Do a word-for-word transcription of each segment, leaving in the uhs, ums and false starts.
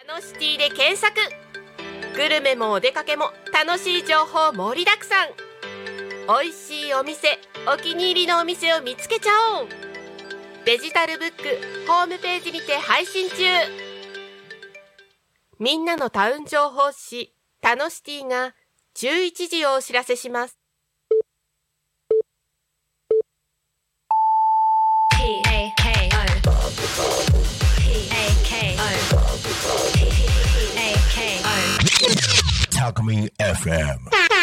ノシティで検索。グルメもお出かけも楽しい情報盛りだくさん。おいしいお店、お気に入りのお店を見つけちゃおう。デジタルブックホームページにて配信中。みんなのタウン情報誌タノシティがじゅういちじをお知らせします。 タコミ エフエム。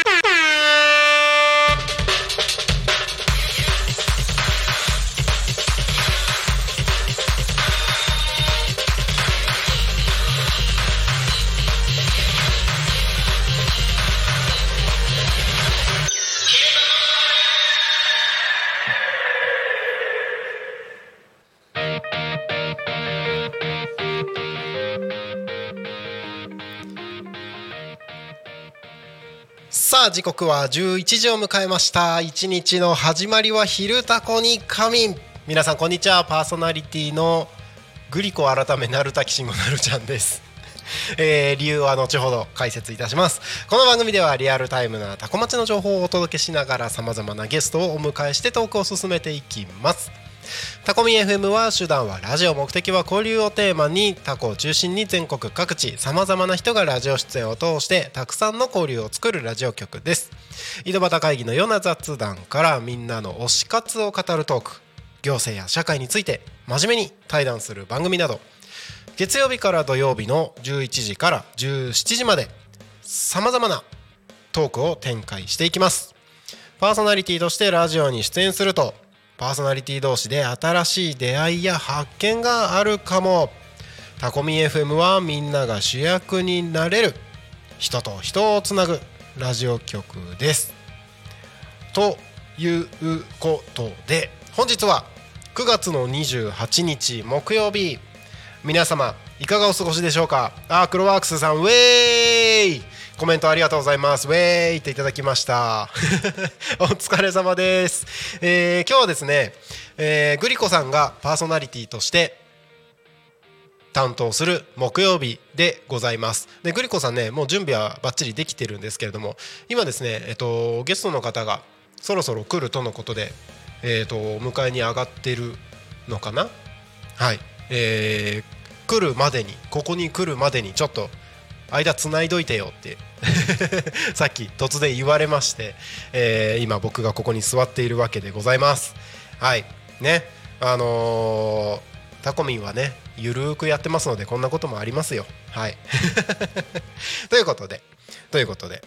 さあ時刻はじゅういちじを迎えました。一日の始まりは昼タコに仮眠。皆さんこんにちは。パーソナリティのグリコ改めなるたきしんごなるちゃんです、えー、理由は後ほど解説いたします。この番組ではリアルタイムなタコ町の情報をお届けしながら、さまざまなゲストをお迎えしてトークを進めていきます。タコミ エフエム は手段はラジオ、目的は交流をテーマに、タコを中心に全国各地さまざまな人がラジオ出演を通してたくさんの交流を作るラジオ局です。井戸端会議のような雑談からみんなの推し活を語るトーク、行政や社会について真面目に対談する番組など、月曜日から土曜日のじゅういちじからじゅうしちじまでさまざまなトークを展開していきます。パーソナリティとしてラジオに出演すると、パーソナリティ同士で新しい出会いや発見があるかも。タコミ エフエム はみんなが主役になれる、人と人をつなぐラジオ局です。ということで、本日はくがつのにじゅうはちにち木曜日。皆様いかがお過ごしでしょうか。あ、クロワークスさんウェーイ、コメントありがとうございます。ウェーイっていただきましたお疲れ様です、えー、今日はですね、えー、グリコさんがパーソナリティとして担当する木曜日でございます。でグリコさんね、もう準備はバッチリできてるんですけれども、今ですね、えっと、ゲストの方がそろそろ来るとのことで、えー、とお迎えに上がってるのかな。はい、えー、来るまでにここに来るまでにちょっと間つないどいてよってさっき突然言われまして、えー、今僕がここに座っているわけでございます。はいね、あのー、タコミンはねゆるーくやってますので、こんなこともありますよ。はいということでということで、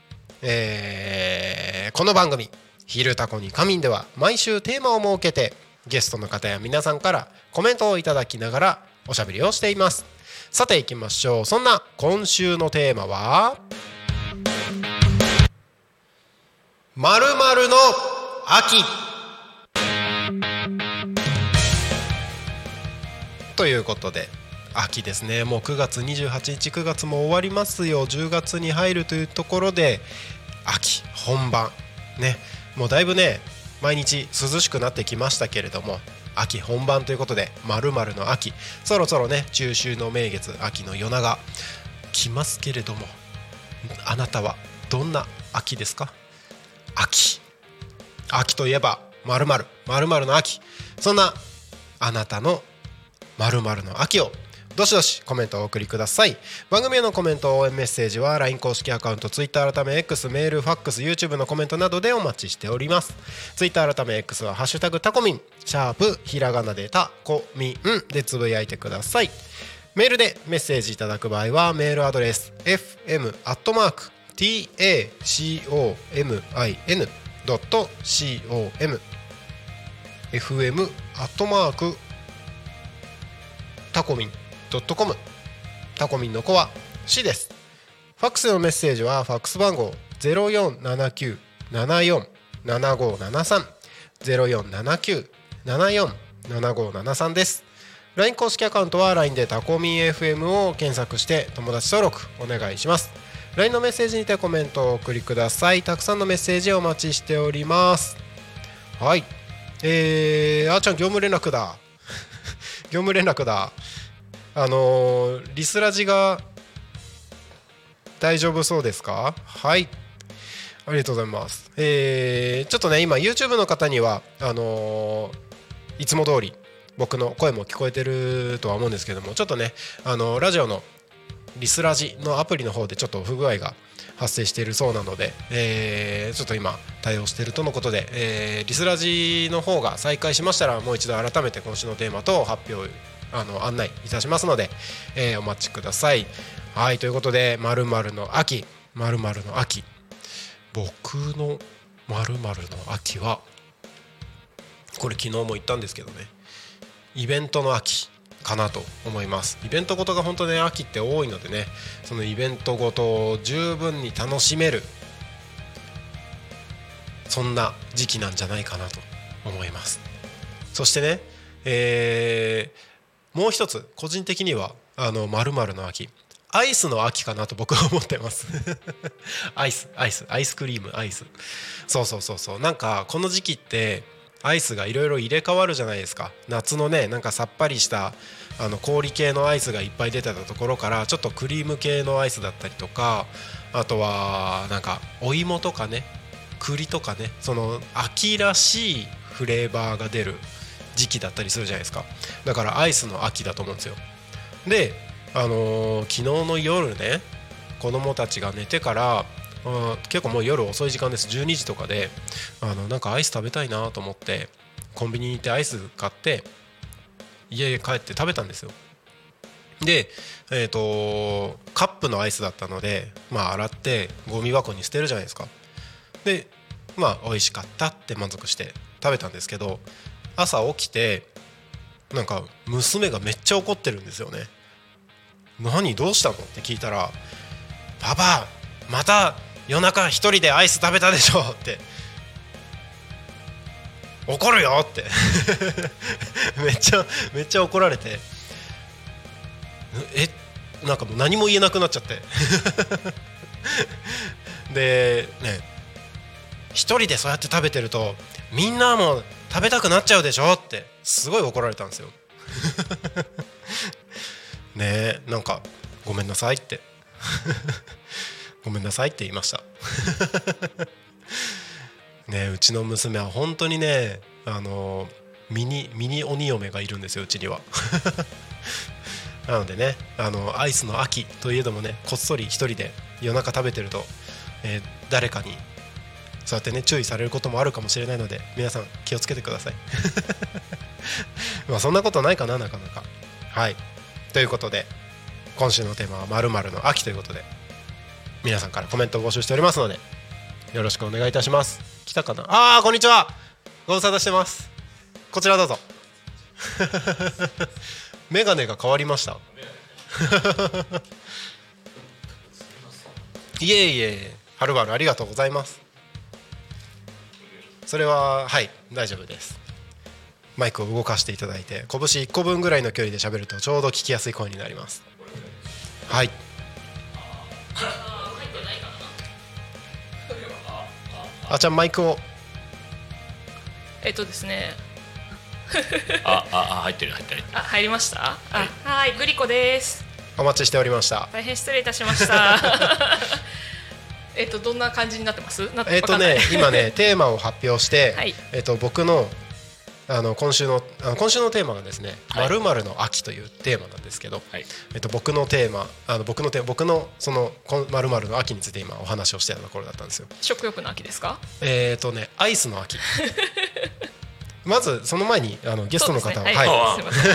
えー、この番組昼タコに仮眠では毎週テーマを設けて、ゲストの方や皆さんからコメントをいただきながらおしゃべりをしています。さて行きましょう。そんな今週のテーマは〇〇の秋ということで、秋ですね。もうくがつにじゅうはちにち、くがつも終わりますよ。じゅうがつに入るというところで、秋本番ね、もうだいぶね毎日涼しくなってきましたけれども、秋本番ということで、〇〇の秋、そろそろね中秋の名月、秋の夜長来ますけれども、あなたはどんな秋ですか。秋秋といえば〇〇〇〇の秋、そんなあなたの〇〇の秋をどしどしコメントをお送りください。番組へのコメント、応援メッセージは ライン 公式アカウント、Twitter 改め X、メール、ファックス、YouTube のコメントなどでお待ちしております。 Twitter 改め X はハッシュタグタコミン、シャープひらがなでタコミンでつぶやいてください。メールでメッセージいただく場合はメールアドレス エフエム アットマーク タコミン ドット コム エフエム アットマークタコミンドットコム、タコミンの子は C です。ファックスのメッセージはファックス番号 ゼロよんななきゅうななよんななごななさん ゼロよんななきゅうななよんななごななさんです。 ライン 公式アカウントは ライン でタコミン エフエム を検索して友達登録お願いします。 ライン のメッセージにてコメントをお送りください。たくさんのメッセージお待ちしております。はい、えー、あーちゃん業務連絡だ業務連絡だあのー、リスラジが大丈夫そうですか？はい、ありがとうございます。えー、ちょっとね今 YouTube の方にはあのー、いつも通り僕の声も聞こえてるとは思うんですけども、ちょっとねあのー、ラジオのリスラジのアプリの方でちょっと不具合が発生しているそうなので、えー、ちょっと今対応しているとのことで、えー、リスラジの方が再開しましたらもう一度改めて今週のテーマと発表あの案内いたしますので、えー、お待ちください。はい、ということで〇〇の秋〇〇の秋、僕の〇〇の秋はこれ昨日も言ったんですけどね、イベントの秋かなと思います。イベントごとが本当ね秋って多いのでね、そのイベントごとを十分に楽しめるそんな時期なんじゃないかなと思います。そしてね、えー、もう一つ個人的にはあの〇〇の秋、アイスの秋かなと僕は思ってますアイスアイスアイスクリームアイス、そうそうそうそう、なんかこの時期ってアイスがいろいろ入れ替わるじゃないですか。夏のねなんかさっぱりしたあの氷系のアイスがいっぱい出てたところからちょっとクリーム系のアイスだったりとか、あとはなんかお芋とかね栗とかね、その秋らしいフレーバーが出る時期だったりするじゃないですか。だからアイスの秋だと思うんですよ。であのー、昨日の夜ね子供たちが寝てからあ結構もう夜遅い時間です、じゅうにじとかであのなんかアイス食べたいなと思ってコンビニに行ってアイス買って家帰って食べたんですよ。で、えーとカップのアイスだったので、まあ、洗ってゴミ箱に捨てるじゃないですか。でまあ美味しかったって満足して食べたんですけど、朝起きてなんか娘がめっちゃ怒ってるんですよね。何どうしたのって聞いたら、パパまた夜中一人でアイス食べたでしょって怒るよってめっちゃめっちゃ怒られて、えなんかもう何も言えなくなっちゃってでね、一人でそうやって食べてるとみんなも食べたくなっちゃうでしょってすごい怒られたんですよねえ、なんかごめんなさいってごめんなさいって言いましたねえ、うちの娘は本当にねあのミニミニ鬼嫁がいるんですよ、うちにはなのでね、あのアイスの秋といえどもね、こっそり一人で夜中食べてると、えー、誰かにそうやってね注意されることもあるかもしれないので皆さん気をつけてくださいまあそんなことないかな、なかなか。はい、ということで今週のテーマは〇〇の秋ということで皆さんからコメントを募集しておりますのでよろしくお願いいたします。来たかなあー、こんにちは、ご無沙汰してます。こちらどうぞメガネが変わりましたいえいえ、はるばるありがとうございます。それははい大丈夫です。マイクを動かしていただいて拳いっこぶんぐらいの距離で喋るとちょうど聞きやすい声になります。はい、あちゃんマイクをえっとですねあああ入ってる入ってるあ入りました。 はい、 あはいグリコです。 お待ちしておりました。 大変失礼いたしましたえっとどんな感じになってます？なえっとね今ねテーマを発表して、 はい、 えっと僕のあの今週のあの今週のテーマがですね、はい、〇〇の秋というテーマなんですけど、はい、えっと僕のテーマあの僕のテーマ僕のその〇〇の秋について今お話をしてたところだったんですよ。 食欲の秋ですか？ えっとねアイスの秋まずその前にあのゲストの方を、ね、はい、 はい、すいません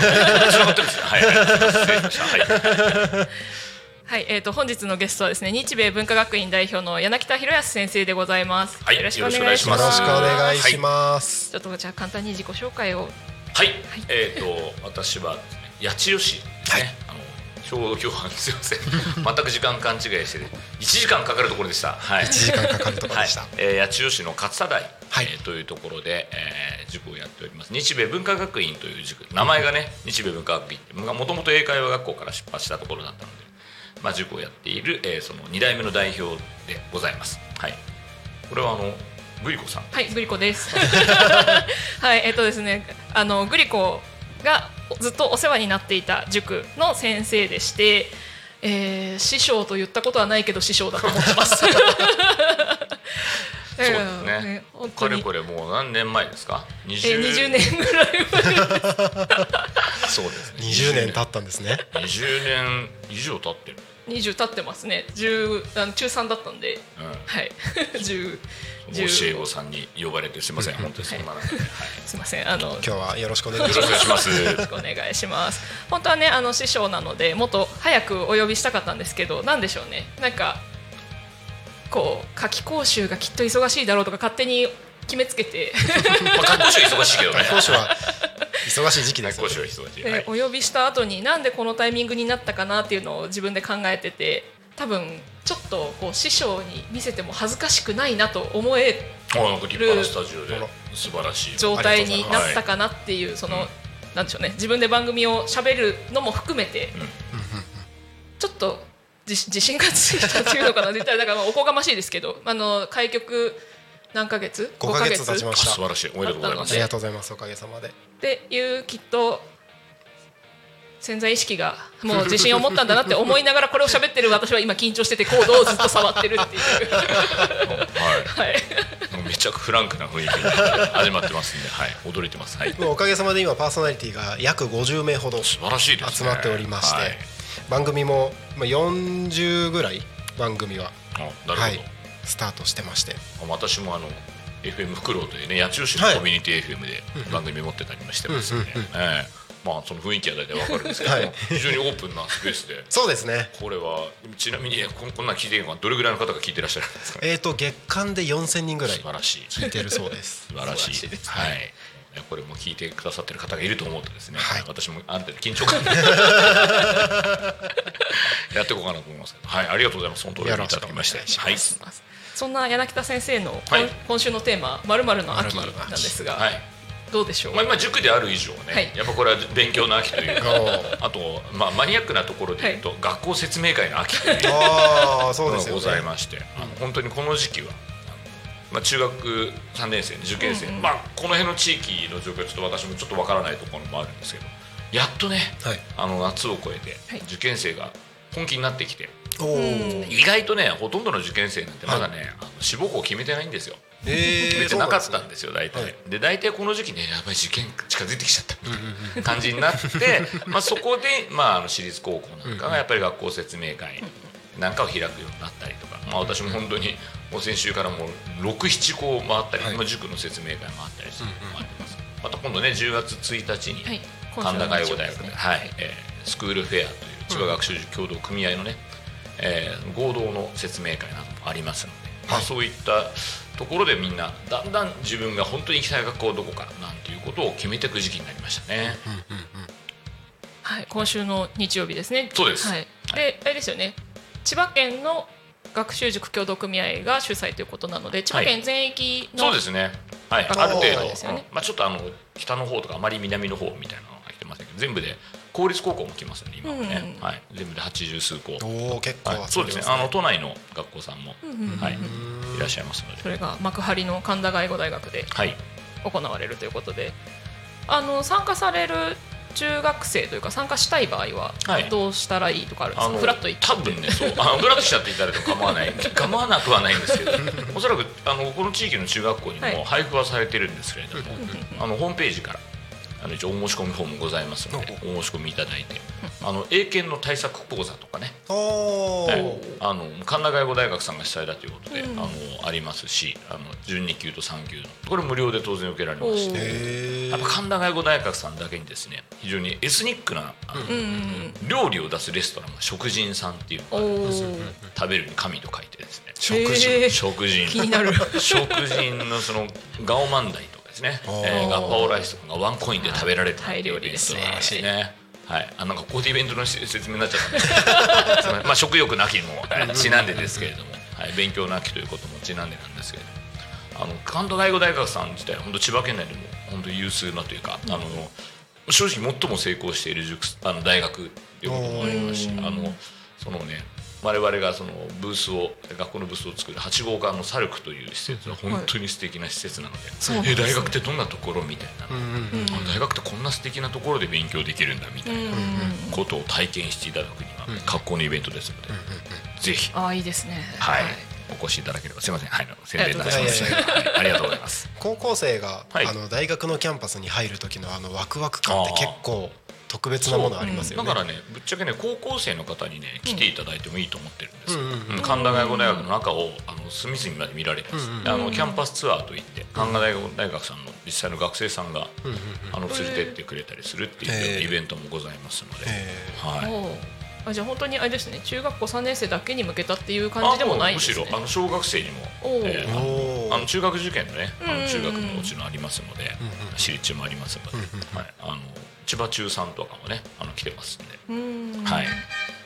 はいはい、えーと本日のゲストはですね、日米文化学院代表の柳田博康先生でございます。 はい、 よろしくお願いします。 よろしくお願いします。 ちょっとじゃあ簡単に自己紹介を。 はい、はい、えーと私は八千代市ですね。はい、あのちょうど今日はすいません全く時間勘違いしていちじかんかかるところでした。はい、 いちじかんかかるところでした。はい、 えー、八千代市の勝田台、 はい、 えー、というところで、えー、塾をやっております。日米文化学院という塾、名前がね日米文化学院ってもともと英会話学校から出発したところだったので、まあ、塾をやっている、えー、そのに代目の代表でございます。はい、これはあのグリコさん。 はい、グリコですはい、えっとですねあのグリコがずっとお世話になっていた塾の先生でして、えー、師匠と言ったことはないけど師匠だと思ってますそうですね、かれこれもう何年前ですか。 にじゅう, えー、にじゅうねんぐらい前そうですね、 にじゅうねん経ったんですね。 にじゅうねん以上経ってる。 にじゅう経ってますね。じゅうあの中さんだったんで、 うん、 はいじゅう教え子さんに呼ばれてすみません、本当にそんな中で、はい、 すみません、あの今日はよろしくお願いします。 よろしくお願いします。 よろしくお願いします。本当はね、あの師匠なのでもっと早くお呼びしたかったんですけど、なんでしょうね、なんかこう夏期講習がきっと忙しいだろうとか勝手に決めつけてまあ夏期講習は忙しいけどね夏期講習は忙しい時期ですよね。 夏期講習は忙しい、 で、 はい、 お呼びした後になんでこのタイミングになったかなっていうのを自分で考えてて、多分ちょっとこう師匠に見せても恥ずかしくないなと思えあなんか立派なスタジオで素晴らしい状態になったかなっていう、その、うん、なんでしょうね、自分で番組を喋るのも含めて、うん、ちょっと自, 自信がついたっていうのかな絶対だからおこがましいですけど、あの開局何ヶ月ごかげつ経ちました。 素晴らしい、おめでとうございます。 ありがとうございます。おかげさまでっていうきっと潜在意識がもう自信を持ったんだなって思いながらこれを喋ってる私は今緊張しててコードをずっと触ってるっていうはい、はい、 めちゃくフランクな雰囲気で始まってますんで、はい、驚いてます、はい、 もうおかげさまで今パーソナリティが約ごじゅうめいほど集まっておりまして、はい、番組もよんじゅうぐらい番組は、 あ、なるほど、 はい、スタートしてまして、 私もあの エフエム フクロウというね、八千代市のコミュニティ エフエム で番組持ってたりもしてますんで、まあその雰囲気は大体わかるんですけど、はい、非常にオープンなスペースでそうですね。これはちなみにこん、こんな聞いてるのはどれぐらいの方が聞いてらっしゃるんですか、ね、 えーと月間でよんせんにんぐらい素晴らしい聞いてるそうです素晴らしい、素晴らしいです、はい、これも聞いてくださってる方がいると思うとですね、はい、私もある程度緊張感やっていこうかなと思いますけど、はい、ありがとうございます。本当にいただきまして、はい、 そんな柳田先生の、はい、今週のテーマ〇〇の秋なんですが、はい、どうでしょう。 まあ、今塾である以上ね、はい、やっぱこれは勉強の秋というかあと、まあ、マニアックなところでいうと、はい、学校説明会の秋というあそうですよ、ね、 ございまして、あの本当にこの時期は、まあ、中学さんねん生受験生、うんうん、まあ、この辺の地域の状況はちょっと私もちょっとわからないところもあるんですけど、やっとね、はい、あの夏を越えて受験生が本気になってきて、はい、意外とねほとんどの受験生なんてまだね、はい、あの志望校を決めてないんですよ。えー、決めてなかったんですよ大体、はい、で大体この時期ねやばい受験近づいてきちゃったみたいな感じになってまあそこで、まあ、あの私立高校なんかがやっぱり学校説明会なんかを開くようになったりとか、まあ、私も本当にもう先週からもうろく、なな校回ったり、はい、塾の説明会回ったりするのもあります。また今度ねじゅうがつついたちに神田外語大学で、はい、えー、スクールフェアという千葉学習塾協同組合のね、えー、合同の説明会などもありますので、まあ、そういったところでみんなだんだん自分が本当に行きたい学校はどこかなんていうことを決めていく時期になりましたね、うんうんうん、 はい、今週の日曜日ですね。 そうです、 はい、であれですよね、千葉県の学習塾協同組合が主催ということなので千葉県全域の、 はい、そうですね、はい、ある程度ですよね、まあ、ちょっとあの北の方とかあまり南の方みたいなのが来てませんけど全部で公立高校も来ますね今はね、うんうん、はい、全部ではちじゅう数校。 お結構、 はい、そうですね、あの都内の学校さんも、うんうんうん、はい、いらっしゃいますので、 それが幕張の神田外語大学で行われるということで、はい、あの参加される中学生というか参加したい場合はどうしたらいいとかあるんですか、はい、フラッと行って多分ねそうあのフラッとしちゃっていただいても構わない構わなくはないんですけどおそらくあのこの地域の中学校にも配布はされてるんですけれども、はい、あのホームページからあの一応お申し込みフォームございますのでお申し込みいただいてあの英検の対策講座とかね、はい、あの神田外語大学さんが主催だということで、うん、あのありますしあの準に級とさん級のこれ無料で当然受けられますし、やっぱ神田外語大学さんだけにですね非常にエスニックなあの、うん、料理を出すレストランが食人さんっていうのがあるんですよ。食べるに神と書いてですね食人食人気になる食人のそのガオマンダイとかですね、えー、ガッパオライスとかがワンコインで食べられるタイ料理ですね。 はい、あなんかここでイベントの説明になっちゃったんですけどまあ食欲の秋にもちなんでですけれども、はい、勉強の秋ということもちなんでなんですけれども、あの関東外語大学さん自体は本当千葉県内でも本当有数なというか、うん、あの正直最も成功している塾あの大学ということもありますし、あのそのね我々がそのブースを学校のブースを作るはち号館のサルクという施設は本当に素敵な施設なので、はい、え大学ってどんなところみたいな、うんうん、大学ってこんな素敵なところで勉強できるんだみたいなことを体験していただくには学校のイベントですので、うんうんうん、ぜひあいいですね、 はいはい、お越しいただければすいません、はい、宣伝いたします。ありがとうございます。 高校生が、 はい、 あの大学のキャンパスに入る時のあのワクワク感って結構特別なものありますよね。 だからねぶっちゃけね高校生の方にね来ていただいてもいいと思ってるんですよ、うんうんうん、神田外語大学の中をあの隅々まで見られます、うんうん、あのキャンパスツアーといって神田外語大学さんの実際の学生さんが、うんうんうん、あの連れてってくれたりするっていうイベントもございますので、はい、 あじゃあ本当にあれですね、中学校さんねん生だけに向けたっていう感じでもないんですね。 むしろあの小学生にも、えー、あの中学受験のねあの中学ももちろんありますので、私立中もありますので、はい、あの千葉中さんとかもねあの来てますんで、うんはい、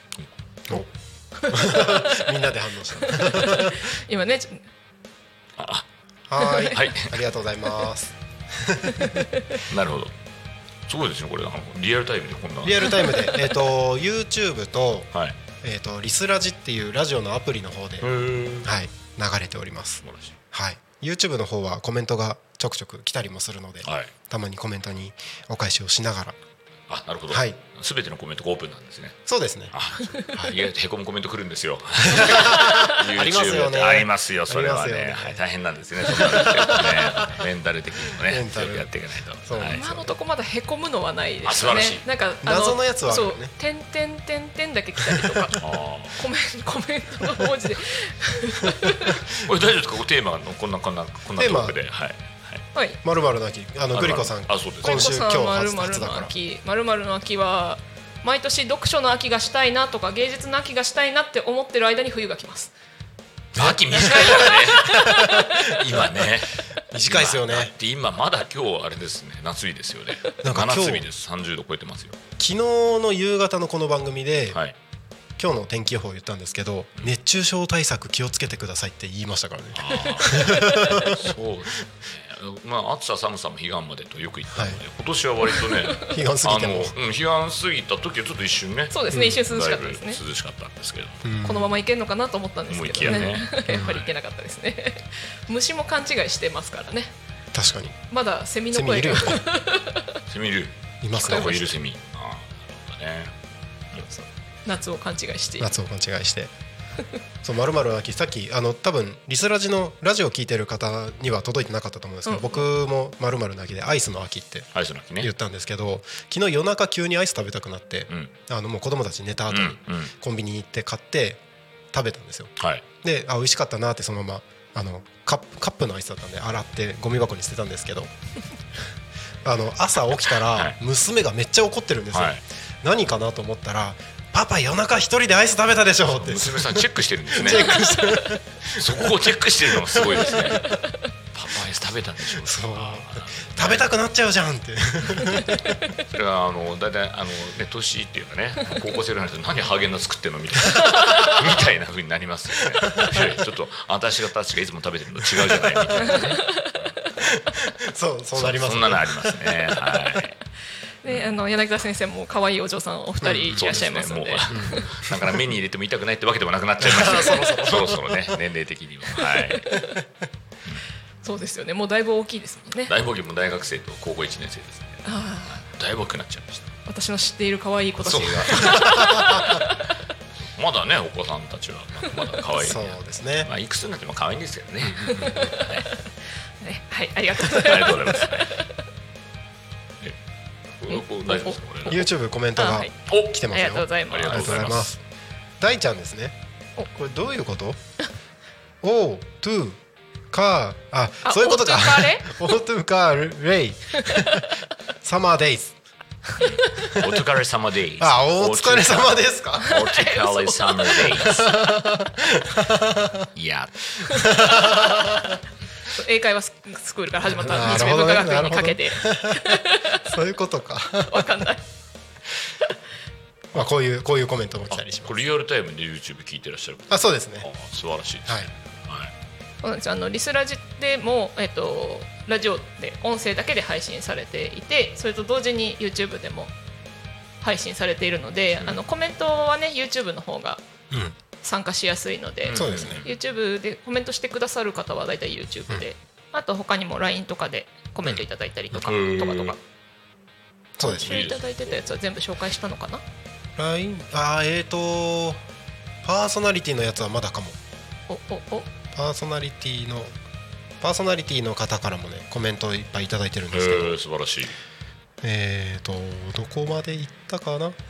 みんなで反応した今ねあはい、はい、ありがとうございますなるほど、すごいですねこれリアルタイムでこんなリアルタイムで、えー、と YouTube と、はいえー、とリスラジっていうラジオのアプリの方で、はい、流れております。はい、YouTube の方はコメントがちょくちょく来たりもするので、はい、たまにコメントにお返しをしながら。 あ、なるほど、 はい、 全てのコメントがオープンなんですね。 そうですね。 あ、意外とへこむコメント来るんですよありますよね。 ありますよ、それは ね, ね、はい、大変なんですねそんなの、ね、メンタル的にもね強くやっていかないと。 そうなんですよ。今のとこまだへこむのはないですね。 あ、素晴らしい。 なんか謎のやつはあるよね。 点点点点だけ来たりとかコメントコメントの文字でこれ大丈夫ですか、こテーマのこんなこんなこんなトークで、はいはい、 まるまるの秋、あのグリコさん、今週今日初初だから。 まるまるの秋は毎年読書の秋がしたいなとか芸術の秋がしたいなって思ってる間に冬が来ます。 秋短いからね今ね短いですよね。 だって今まだ今日あれですね、夏日ですよね。真夏日です。さんじゅうど超えてますよ。 昨日の夕方のこの番組で、はい、今日の天気予報を言ったんですけど、うん、熱中症対策気をつけてくださいって言いましたからね。 あそうですね。まあ、暑さ寒さも彼岸までとよく言ったので、はい、今年は割とね彼岸過ぎても、 あの、うん、彼岸過ぎた時はちょっと一瞬ね、 そうですね、うん、一瞬涼しかったですね。 涼しかったんですけど、 うん、このままいけるのかなと思ったんですけど ね, ねやっぱりいけなかったですね虫も勘違いしてますからね。 確かにまだセミの声がセミいるいますね。 いるセミ。ああ、なるほどね。 夏を勘違いして夏を勘違いしてそう、まるまる秋、さっきあの多分リスラジのラジオを聞いてる方には届いてなかったと思うんですけど、うん、僕もまるまるの秋でアイスの秋って言ったんですけど、ね、昨日夜中急にアイス食べたくなって、うん、あのもう子供たち寝た後にコンビニに行って買って食べたんですよ、はい、で、あ、美味しかったなってそのままあのカップ、カップのアイスだったんで洗ってゴミ箱に捨てたんですけどあの朝起きたら娘がめっちゃ怒ってるんですよ、はい、何かなと思ったら、パパ夜中一人でアイス食べたでしょって。 娘さんチェックしてるんですね。 チェックしてるそこをチェックしてるのがすごいですね。パパアイス食べたでしょ。 そう、食べたくなっちゃうじゃんってそれはあのだいたいあの、ね、年っていうかね、高校生ぐらいの人何ハーゲンダッツ作ってんのみたいなみたいな風になりますよねちょっと私たちがいつも食べてるの違うじゃないみたいな、ね、 そうそうなりますね。 そんなのありますね。はいで、あの柳田先生も可愛いお嬢さんお二人いらっしゃいますので、うん、 そうですね、もうだから目に入れても痛くないってわけでもなくなっちゃいましたけどそろそろね、年齢的にも、はい、 そうですよね、もうだいぶ大きいですもんね。 だいぶ大きい、もう大学生と高校いちねん生ですね。あ、だいぶ大きくなっちゃいました。 私の知っている可愛い子たちがまだね、お子さんたちはまだ可愛い、ね、 そうですね、 まあ、いくつになっても可愛いんですけどねはい、ありがとうございます大丈夫ですか。YouTube コメントが来てますよ。 ありがとうございます。 ありがとうございます。 大ちゃんですね。これどういうこと？O to car、あ、そういうことか。O to carレイサマーデイズ。 お疲れ様です。 あ、お疲れ様ですか。 お疲れ様です。いや。 英会話スクールから始まった日米文化学院にかけてそういうことかわかんないまあこういうこういうコメントも来たりします。 これリアルタイムで YouTube 聞いてらっしゃる。 あ、そうですね。 あ、素晴らしいですね。はい、はい、 そうなんです。あのリスラジでも、えっと、ラジオで音声だけで配信されていて、それと同時に YouTube でも配信されているので、うん、あのコメントはね YouTube の方が参加しやすいので、 そうですね。 YouTube でコメントしてくださる方はだいたい YouTube で、あと他にも ライン とかでコメントいただいたりとか、とかとかそうですね。 いただいてたやつは全部紹介したのかな。 ライン あーえーとパーソナリティのやつはまだかも。 おおおパーソナリティのパーソナリティの方からもねコメントいっぱいいただいてるんですけど、 えー、素晴らしい。 えーとどこまで行ったかなど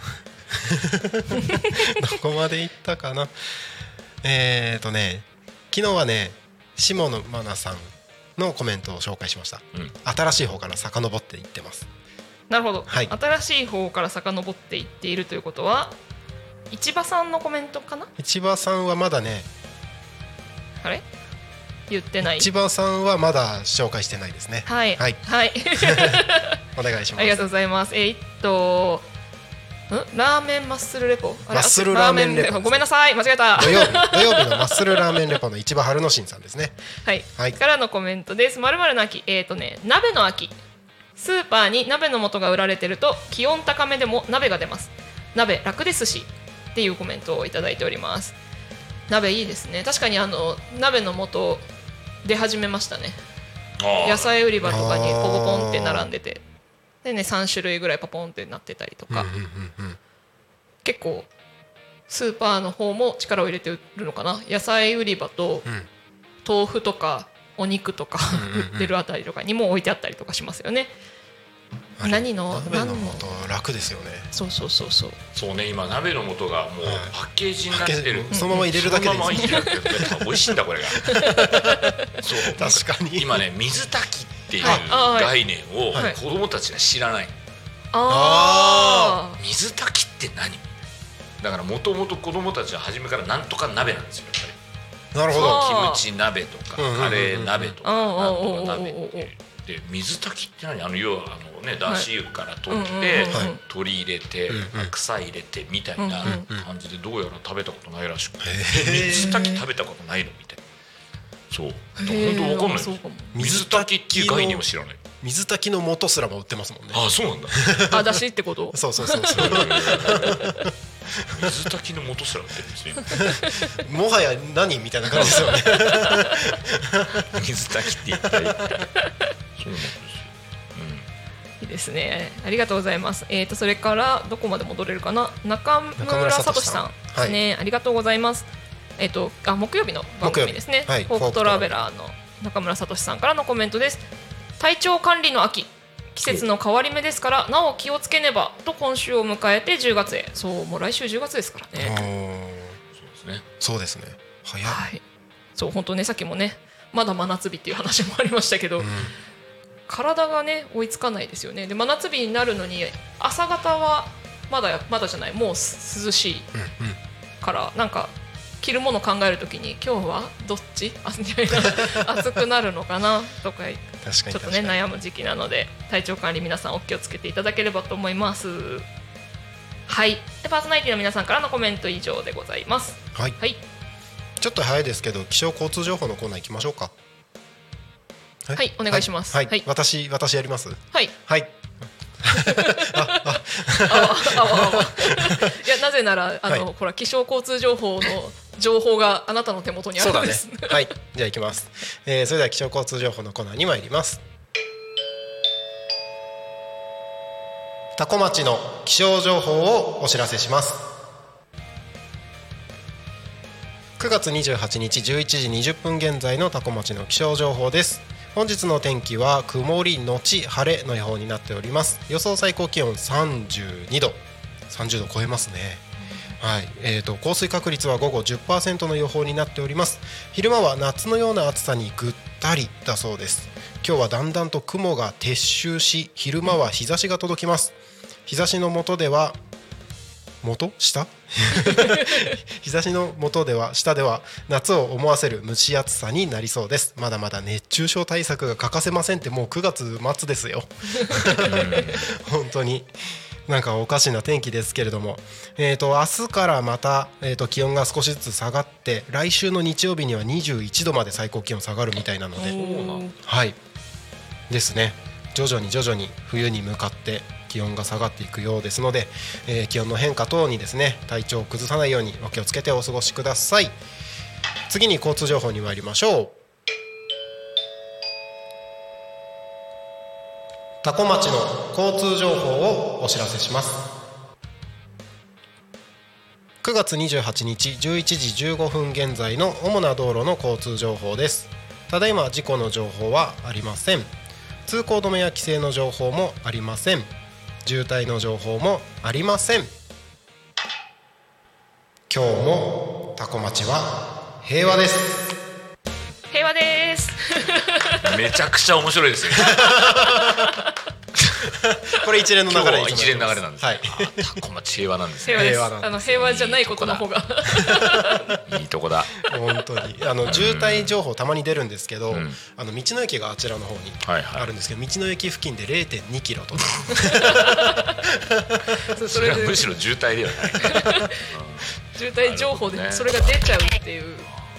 こまで行ったかなえーとね昨日はね下野真奈さんのコメントを紹介しました、 うん、 新しい方から遡っていってます。 なるほど、 はい、 新しい方から遡っていっているということは市場さんのコメントかな。 市場さんはまだねあれ言ってない。 市場さんはまだ紹介してないですね。 はいはい、 はい、 お願いします。 ありがとうございます。えー、っとんラーメンマッスルレポ、あれマッスルラーメンレポ、 ごめんなさい間違えた。 土曜日土曜日のマッスルラーメンレポの市場春之進さんですね。 はい、 はい、 からのコメントです。まるまるの秋、えー、っとね鍋の秋、スーパーに鍋の素が売られてると気温高めでも鍋が出ます。鍋楽ですしっていうコメントをいただいております。鍋いいですね。確かにあの鍋の素出始めましたね。野菜売り場とかにポポポンって並んでて、でねさん種類ぐらいポポンってなってたりとか、 うんうんうんうん、結構スーパーの方も力を入れてるのかな。野菜売り場と豆腐とかお肉とか売ってるあたりとかにも置いてあったりとかしますよね。何の鍋の素楽ですよね。 そうそうそうそうそうね、今鍋の素がもうパッケージになってる、 そのまま入れるだけでいいです。 そのまま入れるだけで美味しいんだこれがそう確かに今ね水炊きっていう概念を子供たちが知らない。 ああ水炊きって何だからもともと子供たちは初めからなんとか鍋なんですよ。やっぱりなるほど。 キムチ鍋とかカレー鍋とかなんとか鍋ってで水炊きって何、あの要はあのねだしから取って鶏入れて草入れてみたいな感じでどうやら食べたことないらしくて、水炊き食べたことないのみたいな。そう本当わかんない。水炊きっていう概念を知らない。 水炊きの素すらも売ってますもんね。 ああそうなんだ。 あだしってこと。 そうそうそうそう水炊きの素すら売ってるんですね。 もはや何みたいな感じですよね水炊きって言ったらそうなんですよ、うん、 いいですね。ありがとうございます。えーとそれからどこまで戻れるかな。中村聡さんですね、はい、ありがとうございます。えーとあ木曜日の番組ですね、はい、フォークトラベラーの中村聡さんからのコメントです。体調管理の秋、季節の変わり目ですからなお気をつけねばと今週を迎えてじゅうがつへ。そうもう来週じゅうがつですからね。 そうですね。そうですね。早い。はい、 そう本当ねさっきもねまだ真夏日っていう話もありましたけど、うん、体がね追いつかないですよね。で真夏日になるのに朝方はまだまだじゃないもう涼しいから、うんうん、なんか着るもの考えるときに今日はどっち暑くなるのかなとかちょっとね悩む時期なので体調管理皆さんお気をつけていただければと思います。はい、でパーソナリティの皆さんからのコメント以上でございます。 はい、はい、ちょっと早いですけど気象交通情報のコーナー行きましょうか。 はい、はい、お願いします。 はい、はい、私私やります。 はいはいああいやなぜならあの、はい、ほら気象交通情報の情報があなたの手元にあるんです。 そうだね。はい、じゃあ行きます、えー、それでは気象交通情報のコーナーに参ります。多古町の気象情報をお知らせします。くがつにじゅうはちにちじゅういちじにじゅっぷん現在の多古町の気象情報です。本日の天気は曇りのち晴れの予報になっております。予想最高気温さんじゅうにど、さんじゅうど超えますね。はい、えーと、降水確率は午後 じゅっパーセント の予報になっております。昼間は夏のような暑さにぐったりだそうです。今日はだんだんと雲が撤収し昼間は日差しが届きます。日差しの下では元下日差しの下では下では夏を思わせる蒸し暑さになりそうです。まだまだ熱中症対策が欠かせませんってもうくがつ末ですよ本当になんかおかしな天気ですけれども、えーと明日からまた、えーと気温が少しずつ下がって来週の日曜日にはにじゅういちどまで最高気温下がるみたいなので、はいですね、徐々に徐々に冬に向かって気温が下がっていくようですので、えー、気温の変化等にですね体調を崩さないようにお気をつけてお過ごしください。次に交通情報に参りましょう。多古町の交通情報をお知らせします。くがつにじゅうはちにちじゅういちじじゅうごふん現在の主な道路の交通情報です。ただいま事故の情報はありません。通行止めや規制の情報もありません。渋滞の情報もありません。今日も多古町は平和です。 平和です。 めちゃくちゃ面白いですよ。 これ一連の流れ。 今日は一連の流れなんです。 はい。 多古町平和なんですね。 平和です。 平和なんです。 あの平和じゃないことの方がいいとこだ。 本当にあの渋滞情報たまに出るんですけど、 うん、 あの道の駅があちらの方にあるんですけど、はいはい、道の駅付近で れいてんにキロとかそれはむしろ渋滞ではない、ね、 うん、渋滞情報でそれが出ちゃうっていう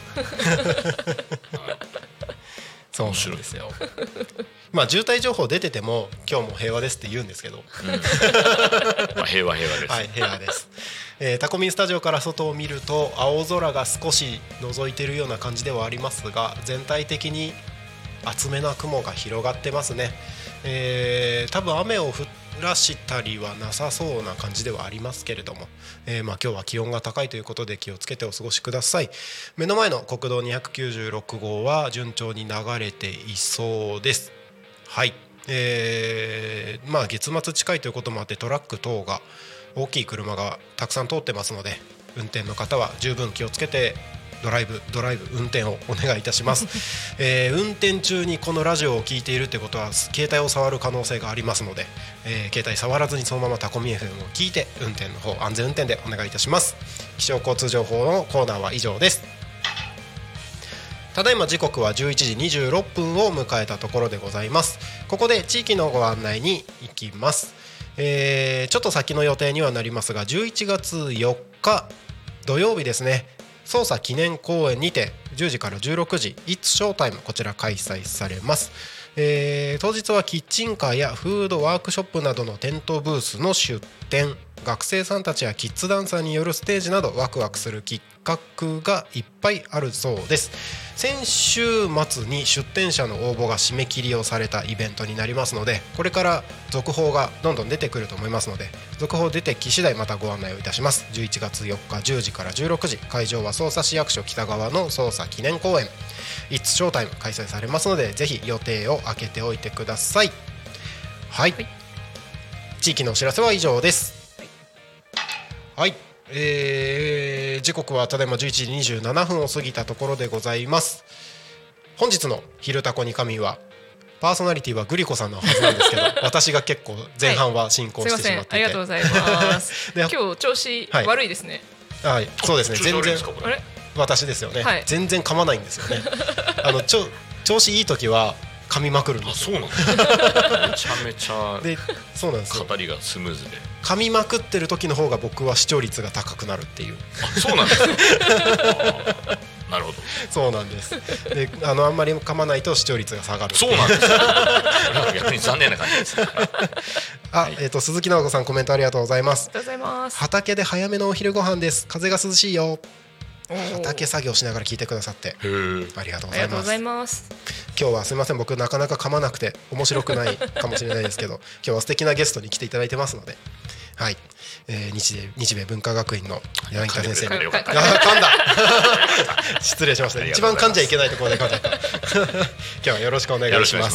そうなんですよ。まあ渋滞情報出てても今日も平和ですって言うんですけど、うん、 まあ平和平和です。 はい、平和です。えー、タコミンスタジオから外を見ると青空が少し覗いているような感じではありますが、全体的に厚めな雲が広がってますね。えー、多分雨を降らしたりはなさそうな感じではありますけれども、えー、まあ今日は気温が高いということで気をつけてお過ごしください。目の前の国道にひゃくきゅうじゅうろくごうは順調に流れていそうです。はい、えー、まあ月末近いということもあってトラック等が大きい車がたくさん通ってますので、運転の方は十分気をつけてドライブドライブ運転をお願いいたします、えー、運転中にこのラジオを聞いているということは携帯を触る可能性がありますので、えー、携帯触らずにそのままタコミ エフエム を聞いて運転の方安全運転でお願いいたします。気象交通情報のコーナーは以上です。ただいま時刻はじゅういちじにじゅうろっぷんを迎えたところでございます。ここで地域のご案内に行きます。えー、ちょっと先の予定にはなりますがじゅういちがつよっか土曜日ですね、捜査記念公演にてじゅうじからじゅうろくじ It's Showtime こちら開催されます。えー、当日はキッチンカーやフードワークショップなどの店頭ブースの出展、学生さんたちやキッズダンサーによるステージなどワクワクする企画がいっぱいあるそうです。先週末に出展者の応募が締め切りをされたイベントになりますので、これから続報がどんどん出てくると思いますので、続報出てき次第またご案内をいたします。じゅういちがつよっかじゅうじからじゅうろくじ、会場は匝瑳市役所北側の捜査記念公園 It's Showtime 開催されますので、ぜひ予定を空けておいてください。はい、はい、地域のお知らせは以上です。はい、えー、時刻はただいまじゅういちじにじゅうななふんを過ぎたところでございます。本日の昼タコに神はパーソナリティはグリコさんのはずなんですけど私が結構前半は進行してしまっていて、 はい、すいません、ありがとうございます今日調子悪いですね。 はい、はい、そうですね、全然あれ私ですよね、はい、全然噛まないんですよねあのちょ調子いい時は噛みまくるんですよ。 あ、そうなんですか。めちゃめちゃでそうなんですよ、語りがスムーズで噛みまくってる時の方が僕は視聴率が高くなるっていう。 あ、そうなんですかなるほど、 そうなんです。で、あのあんまり噛まないと視聴率が下がる。 そうなんですか逆に残念な感じですあ、えーと、鈴木直子さんコメントありがとうございます。 ありがとうございます。 畑で早めのお昼ご飯です。風が涼しいよ。畑作業しながら聞いてくださってありがとうございます。今日はすみません、僕なかなか噛まなくて面白くないかもしれないですけど今日は素敵なゲストに来ていただいてますので、はい、えー、日米、日米文化学院の柳田先生に噛んだ失礼しました。一番噛んじゃいけないところで噛んじゃった今日はよろしくお願いします。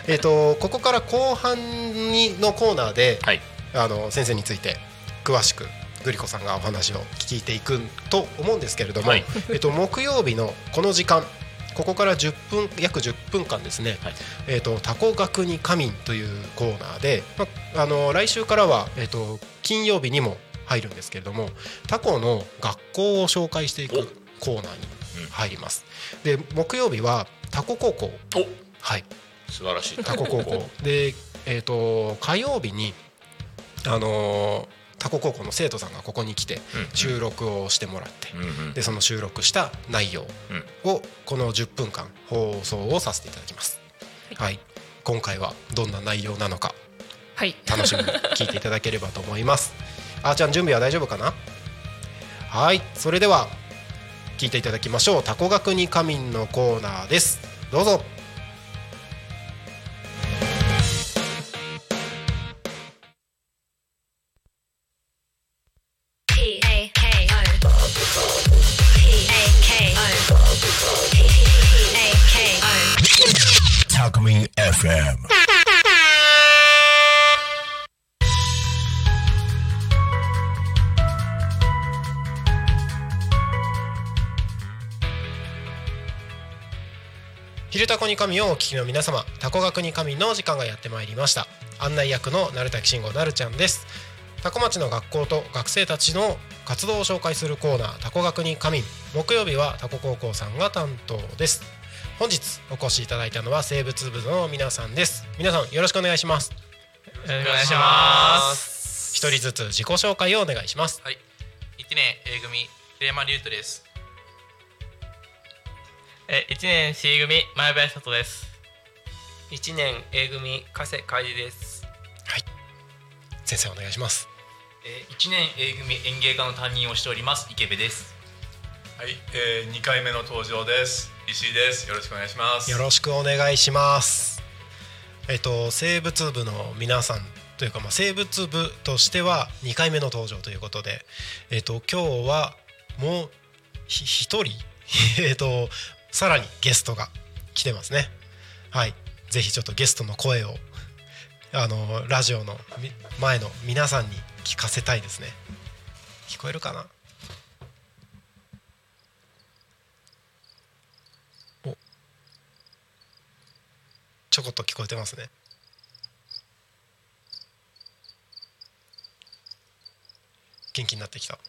えーとここから後半にのコーナーで、はい、あの先生について詳しくグリコさんがお話を聞いていくと思うんですけれども、はい、えっと、木曜日のこの時間、ここからじゅっぷん約じゅっぷんかんですね、はい、えっと、タコ学に仮眠というコーナーで、ま、あの来週からは、えっと、金曜日にも入るんですけれども、タコの学校を紹介していくコーナーに入ります。で、木曜日はタコ高校、はい、 素晴らしいタコ高校で、えっと、火曜日にあのータコ高校の生徒さんがここに来て収録をしてもらって、でその収録した内容をこのじゅっぷんかん放送をさせていただきます。はい、今回はどんな内容なのかはい、 楽しみに聞いていただければと思いますあーちゃん準備は大丈夫かな。はい、それでは聞いていただきましょう。タコ学に仮眠のコーナーです。どうぞ。タコミン エフエム。昼タコに神をお聞きの皆様、タコ学に神の時間がやってまいりました。案内役の鳴滝慎吾なるちゃんです。タコ町の学校と学生たちの活動を紹介するコーナー、タコ学に神。木曜日はタコ高校さんが担当です。本日お越しいただいたのは生物部の皆さんです。皆さんよろしくお願いします。 よろしくお願いします。 一人ずつ自己紹介をお願いします。 はい、いちねん A 組平山龍斗です。 えいちねん C 組前林里です。 いちねん A 組加瀬海里です。 はい、先生お願いします。 えー、いちねん A 組園芸科の担任をしております池部です。 はい、えー、にかいめの登場です。石井です。よろしくお願いします。 よろしくお願いします。えっと生物部の皆さんというか、まあ、生物部としてはにかいめの登場ということで、えっと今日はもうひ一人えっとさらにゲストが来てますね。はい、ぜひちょっとゲストの声をあのラジオの前の皆さんに聞かせたいですね。聞こえるかな。お、ちょこっと聞こえてますね。元気になってきた。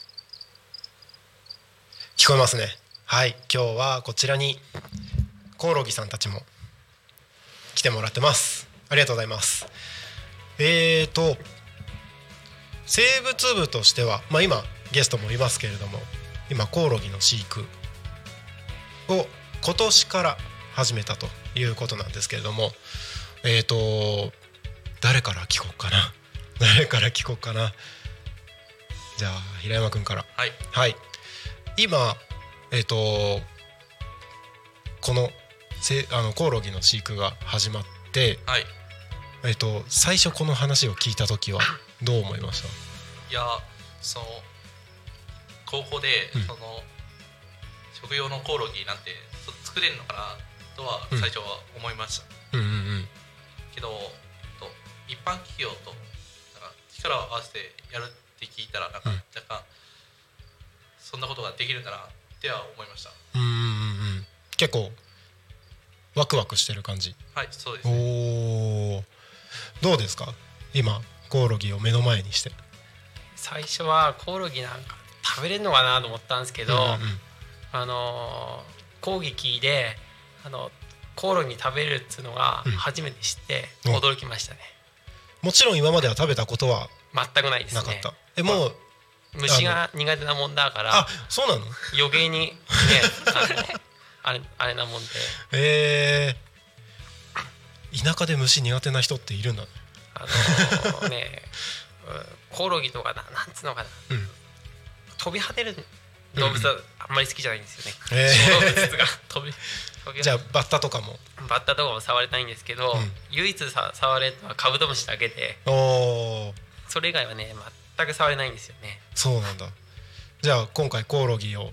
聞こえますね。はい、今日はこちらにコオロギさんたちも来てもらってます。ありがとうございます。えーと生物部としては、まあ、今ゲストもいますけれども、今コオロギの飼育を今年から始めたということなんですけれども、えーと誰から聞こうかな誰から聞こうかな。じゃあ平山くんから。 はい、 はい、今えーとこのせあのコオロギの飼育が始まって、 はい、 えーと最初この話を聞いた時はどう思いました？ いや、その高校で、うん、その食用のコオロギなんて作れるのかなとは最初は思いました、 うんうんうんうん、けどと一般企業となんか力を合わせてやるって聞いたらなんか、うん、若干そんなことができるんだなっては思いました。 うんうんうん、結構ワクワクしてる感じ。 はい、そうですね。 お、どうですか今コオロギを目の前にして。 最初はコオロギなんか食べれるのかなと思ったんですけど、うんうん、あの講義であのコオロギ食べれるっていうのが初めて知って驚きましたね、 うん、もちろん今までは食べたことは全くないですね。 なかった。え、もう虫が苦手なもんだから。 あ、そうなの。 余計にねあのあれ、あれなもんで。 えー、田舎で虫苦手な人っているんだね。 あのねコオロギとかな、なんつうのかな、うん、飛び跳ねる動物はあんまり好きじゃないんですよね、うん、えー、動物が飛び飛びじゃあバッタとかもバッタとかも触れないんですけど、うん、唯一さ触れるのはカブトムシだけで、 お、 それ以外はね全く触れないんですよね。 そうなんだ。じゃあ今回コオロギを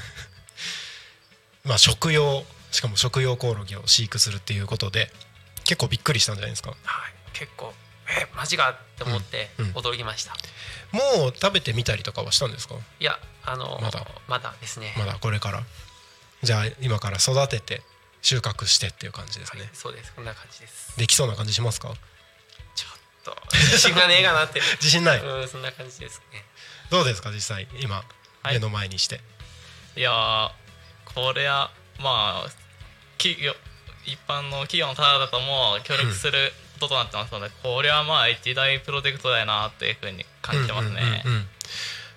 まあ食用、しかも食用コオロギを飼育するっていうことで結構びっくりしたんじゃないですか。 はい、結構えマジかって思って驚きました、 うんうん、もう食べてみたりとかはしたんですか？ いや、あのまだまだですね。 まだこれから。じゃあ今から育てて収穫してっていう感じですね。 はい、そうです、こんな感じです。 できそうな感じしますか？ ちょっと自信がねえかなって自信ない、 うん、そんな感じですね。 どうですか実際今目の前にして。はい、 いやこれはまあ企業一般の企業の方々も協力することとなってますので、うん、これはまあ一大プロジェクトだよなっていうふうに感じてますね。 うんうんうんうん、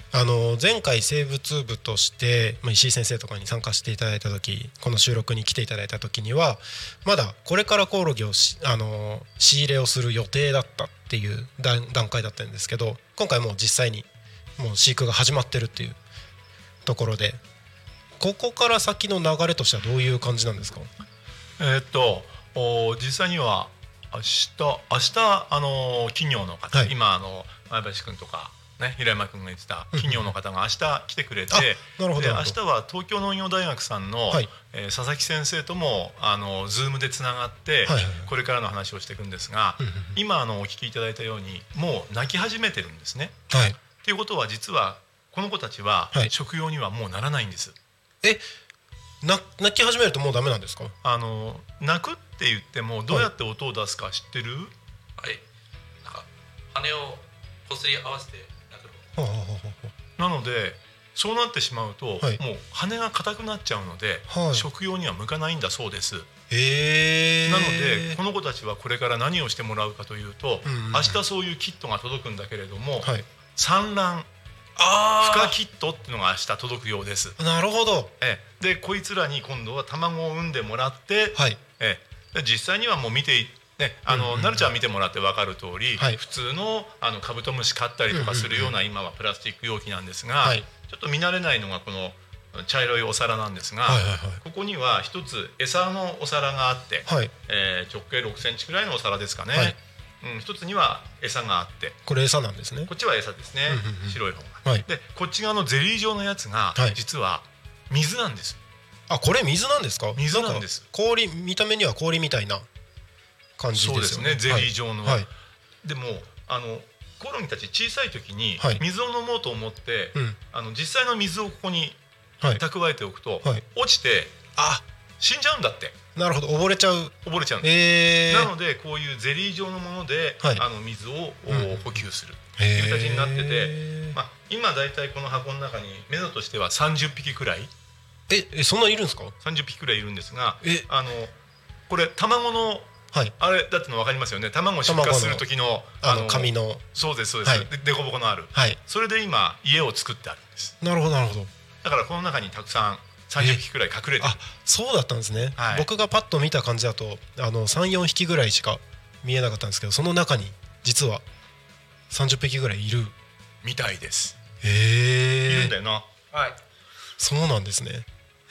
あの前回生物部として、まあ、石井先生とかに参加していただいた時、この収録に来ていただいた時にはまだこれからコオロギをしあの仕入れをする予定だったっていう段段階だったんですけど、今回もう実際にもう飼育が始まってるっていうところで、ここから先の流れとしてはどういう感じなんですか？ えーっとお実際には明日明日あの企業の方、 はい、 今あの前橋君とかね、平山君が言ってた企業の方が明日来てくれて、 なるほど、 で明日は東京農業大学さんの、 はい、 えー、佐々木先生ともあのズームでつながって、はいはいはい、これからの話をしていくんですが、今あのお聞きいただいたようにもう泣き始めてるんですね。 はい、 っていうことは実はこの子たちは食用にはもうならないんです。 はい、えな泣き始めるともうダメなんですか？ あの泣くって言ってもどうやって音を出すか知ってる？ はい、なんか羽をこすり合わせて泣くの。 ははははなのでそうなってしまうと、 はい、 もう羽が硬くなっちゃうので、はい、食用には向かないんだそうです。 えー、 なのでこの子たちはこれから何をしてもらうかというと、うんうん、明日そういうキットが届くんだけれども、はい、産卵孵化キットっていうのが明日届くようです。 なるほど。 えでこいつらに今度は卵を産んでもらって、はい、え実際にはもう見てね、あの、うんうんうん、なるちゃん見てもらって分かる通り、はい、普通のあのカブトムシ飼ったりとかするような、うんうんうん、今はプラスチック容器なんですが、はい、ちょっと見慣れないのがこの茶色いお皿なんですが、はいはいはい、ここには一つ餌のお皿があって、はい、えー、直径ろくセンチくらいのお皿ですかね、はい、うん、一つには餌があって、 これ餌なんですね。 こっちは餌ですね、うんうんうん、白い方が、はい、でこっち側のゼリー状のやつが、はい、実は水なんです。 あ、これ水なんですか？ 水なんです。 氷、見た目には氷みたいな感じですよね。 そうですね、ゼリー状の、はい、でもあのコオロギたち小さい時に水を飲もうと思って、はい、あの実際の水をここに蓄えておくと、はい、落ちてあ死んじゃうんだって。 なるほど、溺れちゃう溺れちゃうんです、えー、なのでこういうゼリー状のもので、はい、あの水を、うん、補給するという形になってて、まあ、今だいたいこの箱の中に目処としてはさんじゅっぴきくらいええそんなにいるんですか？ さんじゅっぴきくらいいるんですが、えあのこれ卵のはい、あれだっての分かりますよね。卵を出荷する時のあの紙のそうですそうです、はい、ででこぼこのある、はい、それで今家を作ってあるんです。 なるほどなるほど。 だからこの中にたくさんさんじゅっぴきくらい隠れてる。 あ、そうだったんですね、はい、僕がパッと見た感じだとあの さん,よん 匹ぐらいしか見えなかったんですけど、その中に実はさんじゅっぴきぐらいいるみたいです。 へえ、 いるんだよな。 はい、 そうなんですね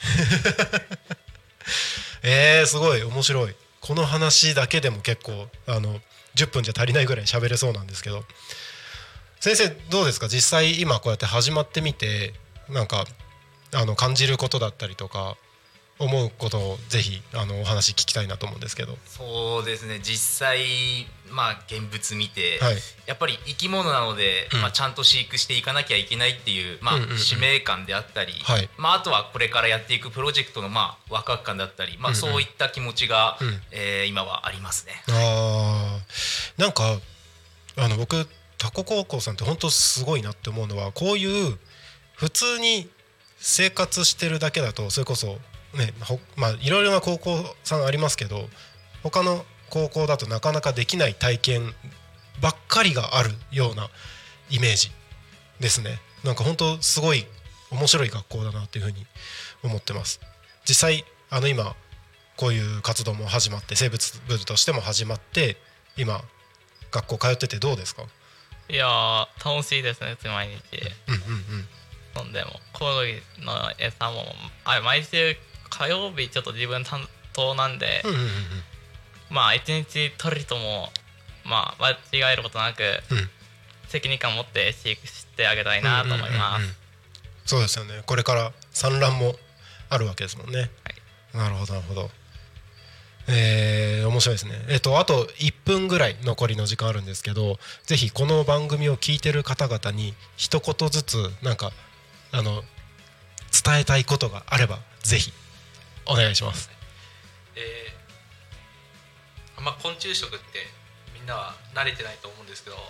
えー、すごい面白い。この話だけでも結構あのじゅっぷんじゃ足りないぐらい喋れそうなんですけど、先生どうですか？実際今こうやって始まってみてなんかあの感じることだったりとか思うことをぜひあのお話聞きたいなと思うんですけど。 そうですね、実際まあ現物見て、はい、やっぱり生き物なので、うん、まあ、ちゃんと飼育していかなきゃいけないっていう、まあ、うんうんうん、使命感であったり、はい、まあ、あとはこれからやっていくプロジェクトのまあワクワク感だったり、まあ、そういった気持ちが、うんうん、えー、今はありますね。 あー、なんかあの僕タコ高校さんって本当すごいなって思うのは、こういう普通に生活してるだけだとそれこそね、まあいろいろな高校さんありますけど、他の高校だとなかなかできない体験ばっかりがあるようなイメージですね。なんか本当すごい面白い学校だなっていうふうに思ってます。実際あの今こういう活動も始まって、生物部としても始まって今学校通っててどうですか？ いや楽しいですね。毎日、 うんうんうん、飲んでもコオロギの餌もあ毎週火曜日ちょっと自分担当なんで、うんうんうん、まあ一日たりともまあ間違えることなく、うん、責任感を持って飼育してあげたいなと思います、うんうんうんうん、 そうですよね。これから産卵もあるわけですもんね、はい、なるほどなるほど。えー、面白いですね。えっとあといっぷんぐらい残りの時間あるんですけど、ぜひこの番組を聞いてる方々に一言ずつなんかあの伝えたいことがあればぜひお願いします。 えー、まあ昆虫食ってみんなは慣れてないと思うんですけど、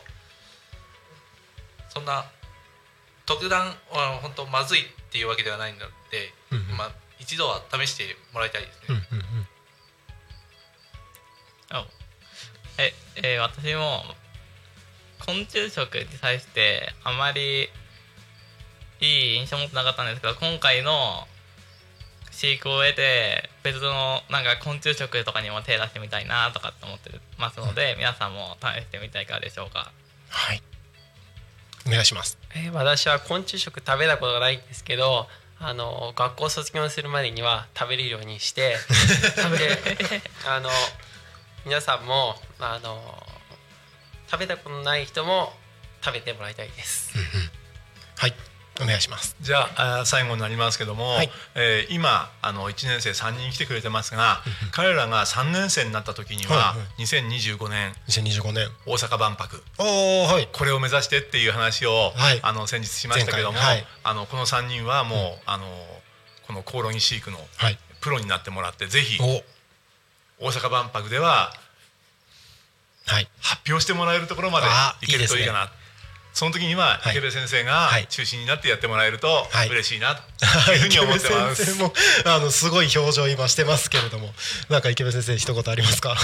そんな特段本当まずいっていうわけではないので、うんうん、まあ、一度は試してもらいたいですね、うんうんうん、 ええー、私も昆虫食に対してあまりいい印象持ってなかったんですけど、今回の飼育を得て別のなんか昆虫食とかにも手出してみたいなとかって思ってますので、皆さんも試してみたいかがでしょうか。 はい、お願いします。 えー、私は昆虫食食べたことがないんですけど、あの学校卒業するまでには食べれるようにして食べあの皆さんもあの食べたことない人も食べてもらいたいです。 はい、お願いします。 じゃあ最後になりますけども、はい、えー、今あのいちねん生さんにん来てくれてますが、彼らがさんねん生になった時には、はいはい、にせんにじゅうごねんにせんにじゅうごねん大阪万博、 お、はい、 これを目指してっていう話を、はい、あの先日しましたけども、はい、あのこのさんにんはもう、うん、あのこのコオロギ飼育のプロになってもらって、ぜひ大阪万博では、はい、発表してもらえるところまでいけるといいかな。いいですね。その時には池部先生が中心になってやってもらえると嬉しいなというふうに思ってます。 池部先生もあのすごい表情今してますけれども、なんか池部先生一言ありますか？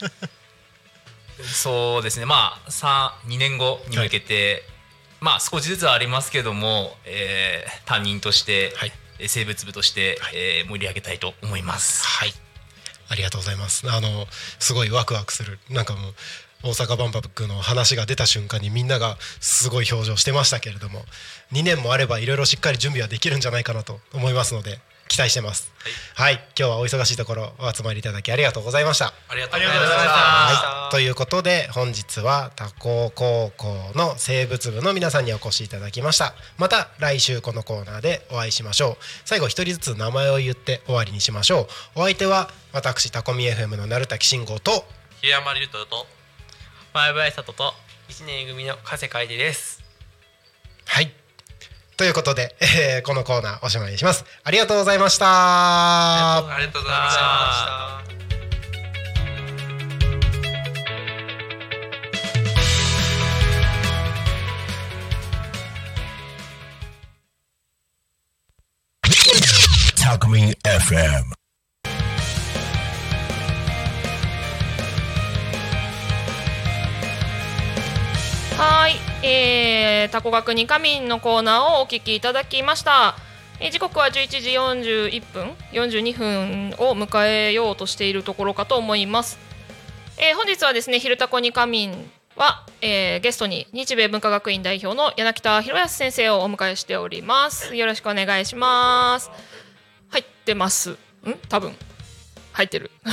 そうですね、まあさんにねんごに向けて、はい、まあ少しずつはありますけども、えー、担任として、はい、生物部として、はい、えー、盛り上げたいと思います。 はい、ありがとうございます。あのすごいワクワクする、なんかもう大阪万博の話が出た瞬間にみんながすごい表情してましたけれども、にねんもあればいろいろしっかり準備はできるんじゃないかなと思いますので期待してます。はい、はい、今日はお忙しいところお集まりいただきありがとうございました。 ありがとうございました。 はい、ということで本日は多古高校の生物部の皆さんにお越しいただきました。また来週このコーナーでお会いしましょう。最後一人ずつ名前を言って終わりにしましょう。お相手は私タコミ エフエム の鳴滝慎吾と檜山龍斗と前林里といちねん組の加瀬楓です。 はい、ということで、えー、このコーナーおしまいにします。ありがとうございました。ありがとうございました。 タコミ エフエム。 はい、えー、タコ学に仮眠のコーナーをお聞きいただきました。えー、時刻はじゅういちじよんじゅういっぷんよんじゅうにふんを迎えようとしているところかと思います。えー、本日はですね、昼タコに仮眠は、えー、ゲストに日米文化学院代表の柳田博康先生をお迎えしております。よろしくお願いします。入ってますん？多分入ってる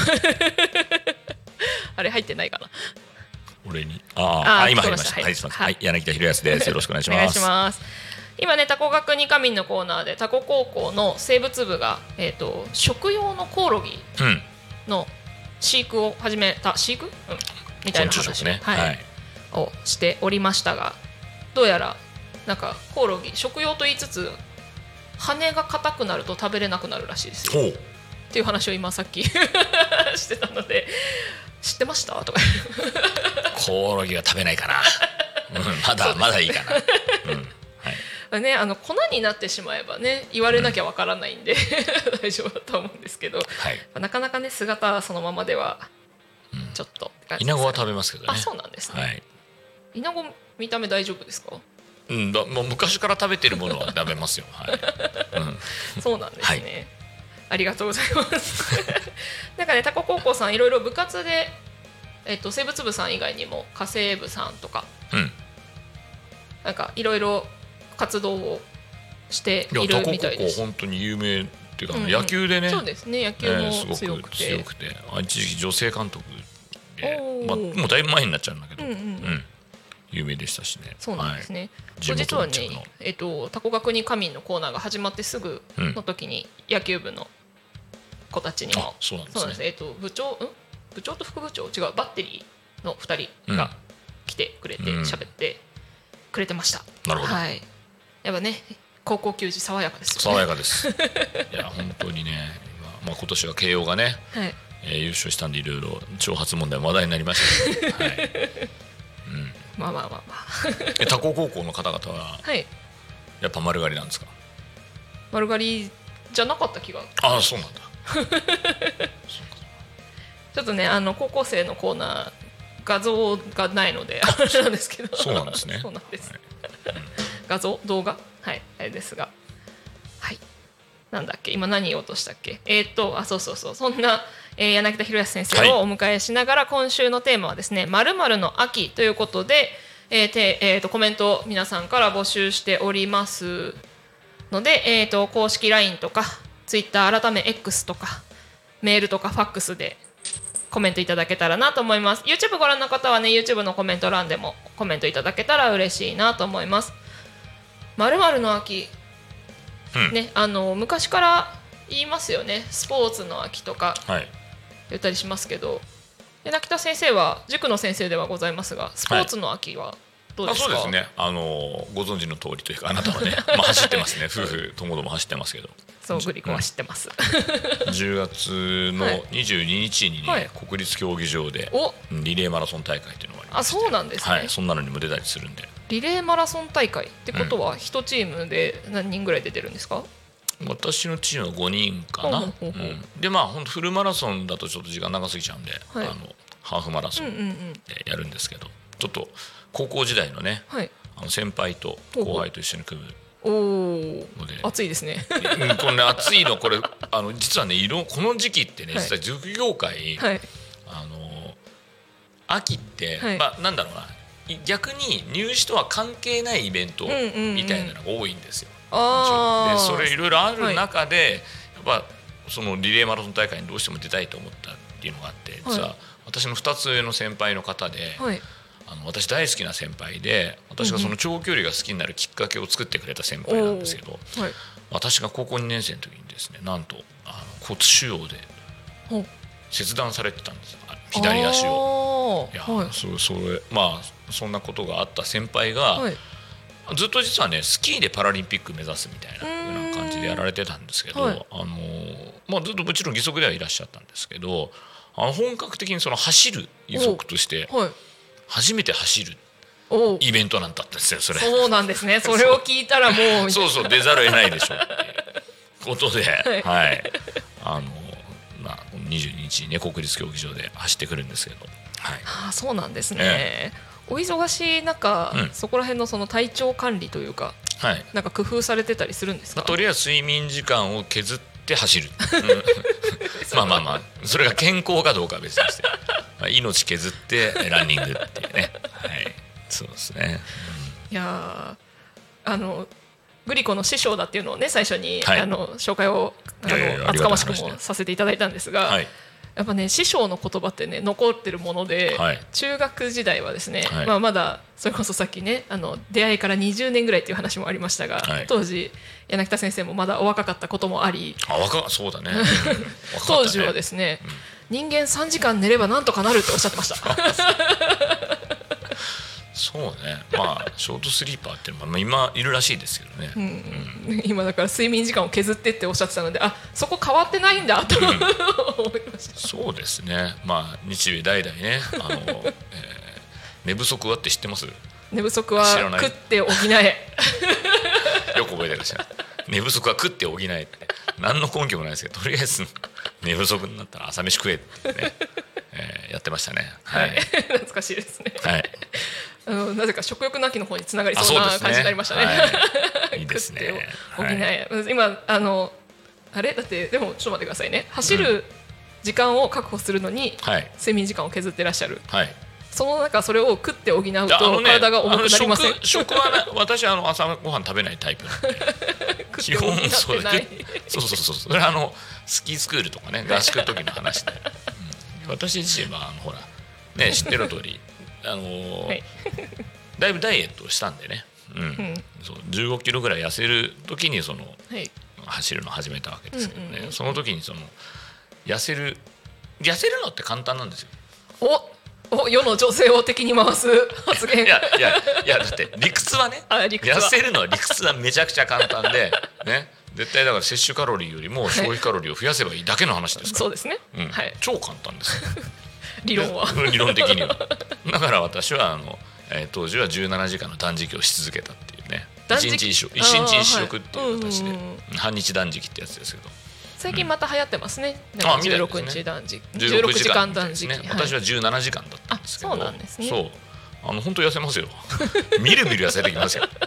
あれ入ってないかな。 俺にああ今入りました。はい、はい、柳田博康です。よろしくお願いします。お願いします。 今ね、タコ学に仮眠のコーナーでタコ高校の生物部が、えーと、食用のコオロギの飼育を始めた、飼育、うん、みたいな話、ね、はいはい、をしておりましたが、どうやらなんかコオロギ食用と言いつつ羽が硬くなると食べれなくなるらしいですよっていう話を今さっきしてたので、知ってましたとかコオロギは食べないかな、うん、まだまだいいかな、うんはい、ね、あの粉になってしまえばね、言われなきゃわからないんで、うん、大丈夫だと思うんですけど、はい、なかなかね姿そのままではちょっとって感じですかね。 イナゴは食べますけどね。 あ、そうなんですね、はい、イナゴ見た目大丈夫ですか？ うん、だもう昔から食べてるものは食べますよ、はい、 うん、そうなんですね、はい、ありがとうございますなんかね、タコ高校さんいろいろ部活で、えっと、生物部さん以外にも家政部さんとか、うん、なんかいろいろ活動をしているみたいです。いや、タコ高校本当に有名っていうか、うんうん、野球でね、 そうですね、野球も強くて、 ね、強くてあ一時期女性監督で、まあ、もうだいぶ前になっちゃうんだけど、うんうんうん、有名でしたしね。 そうなんですね、はい、実はね、えっと、タコ学に仮眠のコーナーが始まってすぐの時に野球部の子たちにも、 うん、そうなんですね、 そうなんです、えっと、部長、ん部長と副部長違うバッテリーのふたりが来てくれて喋ってくれてました、 うん、なるほど、 はい、やっぱね高校球児爽やかですよね。 爽やかですいや本当にね、まあ、今年は慶応がね、はい、えー、優勝したんでいろいろ挑発問題話題になりましたけど、はい、うん、 まあまあまあまあえ他校高校の方々は、はい、やっぱ丸刈りなんですか？ 丸刈りじゃなかった気が。 ああ、そうなんだちょっとね、あの高校生のコーナー画像がないのであれなんですけどそうなんですねそうなんです、はい、うん、画像動画はいあれですが、はいなんだっけ今何言おうとしたっけえー、っとあそうそうそうそんな、えー、柳田博康先生をお迎えしながら、はい、今週のテーマはですね〇〇の秋ということで、えーてえー、とコメントを皆さんから募集しておりますので、えー、と公式 ライン とか Twitter 改め X とかメールとかファックスでコメントいただけたらなと思います。 YouTube ご覧の方はね YouTube のコメント欄でもコメントいただけたら嬉しいなと思います。〇〇の秋うんね、あの昔から言いますよねスポーツの秋とか言ったりしますけど、柳田先生は塾の先生ではございますがスポーツの秋はどうですか？ はい、あそうですねあのご存知の通りというかあなたはね、まあ、走ってますね夫婦ともども走ってますけどそうグリコは知ってます、 うん、じゅうがつのにじゅうににちに、ねはい、国立競技場でリレーマラソン大会というのがありまして、 あそうなんですね、 はい、そんなのにも出たりするんでリレーマラソン大会ってことはいちチームで何人ぐらい出てるんですか？ 私のチームはごにんかな、うん、でまあ本当フルマラソンだとちょっと時間長すぎちゃうんで、はい、あのハーフマラソンでやるんですけど、うんうんうん、ちょっと高校時代のね、はい、あの先輩と後輩と一緒に組むおお暑いですねうん、これね暑いのこれあの実はね色この時期ってね実は塾業界、はい、あの秋って、はいまあ、なんだろうな逆に入試とは関係ないイベントみたいなのが多いんですよ。うんうんうん、でそれいろいろある中で、はい、やっぱそのリレーマラソン大会にどうしても出たいと思ったっていうのがあって、はい、実は私のふたつ上の先輩の方で、はい、あの私大好きな先輩で私がその長距離が好きになるきっかけを作ってくれた先輩なんですけど、はい、私が高校にねん生の時にですねなんとあの骨腫瘍で切断されてたんですよ左足を。いや、はい、それそれまあそんなことがあった先輩が、はい、ずっと実はねスキーでパラリンピック目指すみたいな風な感じでやられてたんですけど、はい、あのまあ、ずっともちろん義足ではいらっしゃったんですけどあの本格的にその走る義足として初めて走るイベントなんだったんですよそれ。 そうなんですね。それを聞いたらもうそうそう出ざるを得ないでしょっていうことで、はいはい、あのまあ、にじゅうににちに、ね、国立競技場で走ってくるんですけど、はい、 あそうなんですね、えー、お忙しい中、うん、そこら辺のその体調管理というか、はい、なんか工夫されてたりするんですか？ とりあえず睡眠時間を削って走る、うん、まあまあまあそれが健康かどうかは別にして、まあ、命削ってランニングっていうね、はい、そうですね、 うん、いやあのグリコの師匠だっていうのをね最初に、はい、あの紹介をあの厚かましくもさせていただいたんですが、はい、やっぱね師匠の言葉ってね残ってるもので、はい、中学時代はですね、はいまあ、まだそれこそさっきねあの出会いからにじゅうねんぐらいっていう話もありましたが、はい、当時柳田先生もまだお若かったこともありあ若そうだね当時はですね、うん、人間さんじかん寝ればなんとかなるっておっしゃってましたそうね、まあショートスリーパーっていうのも今いるらしいですけどね、 うんうん、今だから睡眠時間を削ってっておっしゃってたのであそこ変わってないんだと、うん、思いました。 そうですね、まあ日米代々ねあの、えー、寝不足はって知ってます？ 寝不足は食って補えよく覚えてらっしゃる。寝不足は食って補えって何の根拠もないですけどとりあえず寝不足になったら朝飯食えってね、えー、やってましたね、 はい、懐かしいですね、 はいあのなぜか食欲の秋の方につながりそうな感じになりましたね。 はい、いいですね。 補え、はい、今あのあれだってでもちょっと待ってくださいね。走る時間を確保するのに、うん、睡眠時間を削ってらっしゃる。はい、その中それを食って補うと体が重くなりません。 食, 食は、ね、私はあの朝ごはん食べないタイプなんで基本そうだそうそうそうそれはあのスキースクールとかね合宿の時の話で、うん、私自身はあのほらね知ってる通り。あのーはい、だいぶダイエットをしたんでね、うんうん、そうじゅうごキロぐらい痩せる時にその、はい、走るのを始めたわけですけどね、うんうん、その時にその痩せる痩せるのって簡単なんですよ。 おお世の女性を敵に回す発言。 いやいやいやだって理屈はね痩せるのは理屈はめちゃくちゃ簡単でね絶対だから摂取カロリーよりも消費カロリーを増やせばいいだけの話ですから、 そうですね、 うんはい、超簡単ですよ理論は理論的にはだから私はあの、えー、当時はじゅうななじかんの断食をし続けたっていうねいちにち一食いちにち一食っていう形で、はいうん、半日断食ってやつですけど最近また流行ってますね、うん、なんかじゅうろくにち断食、じゅうろくじかん断食、ね、 私はじゅうななじかんだったんですけど、 そうなんですね。 そうあの本当痩せますよみるみる痩せてきますよ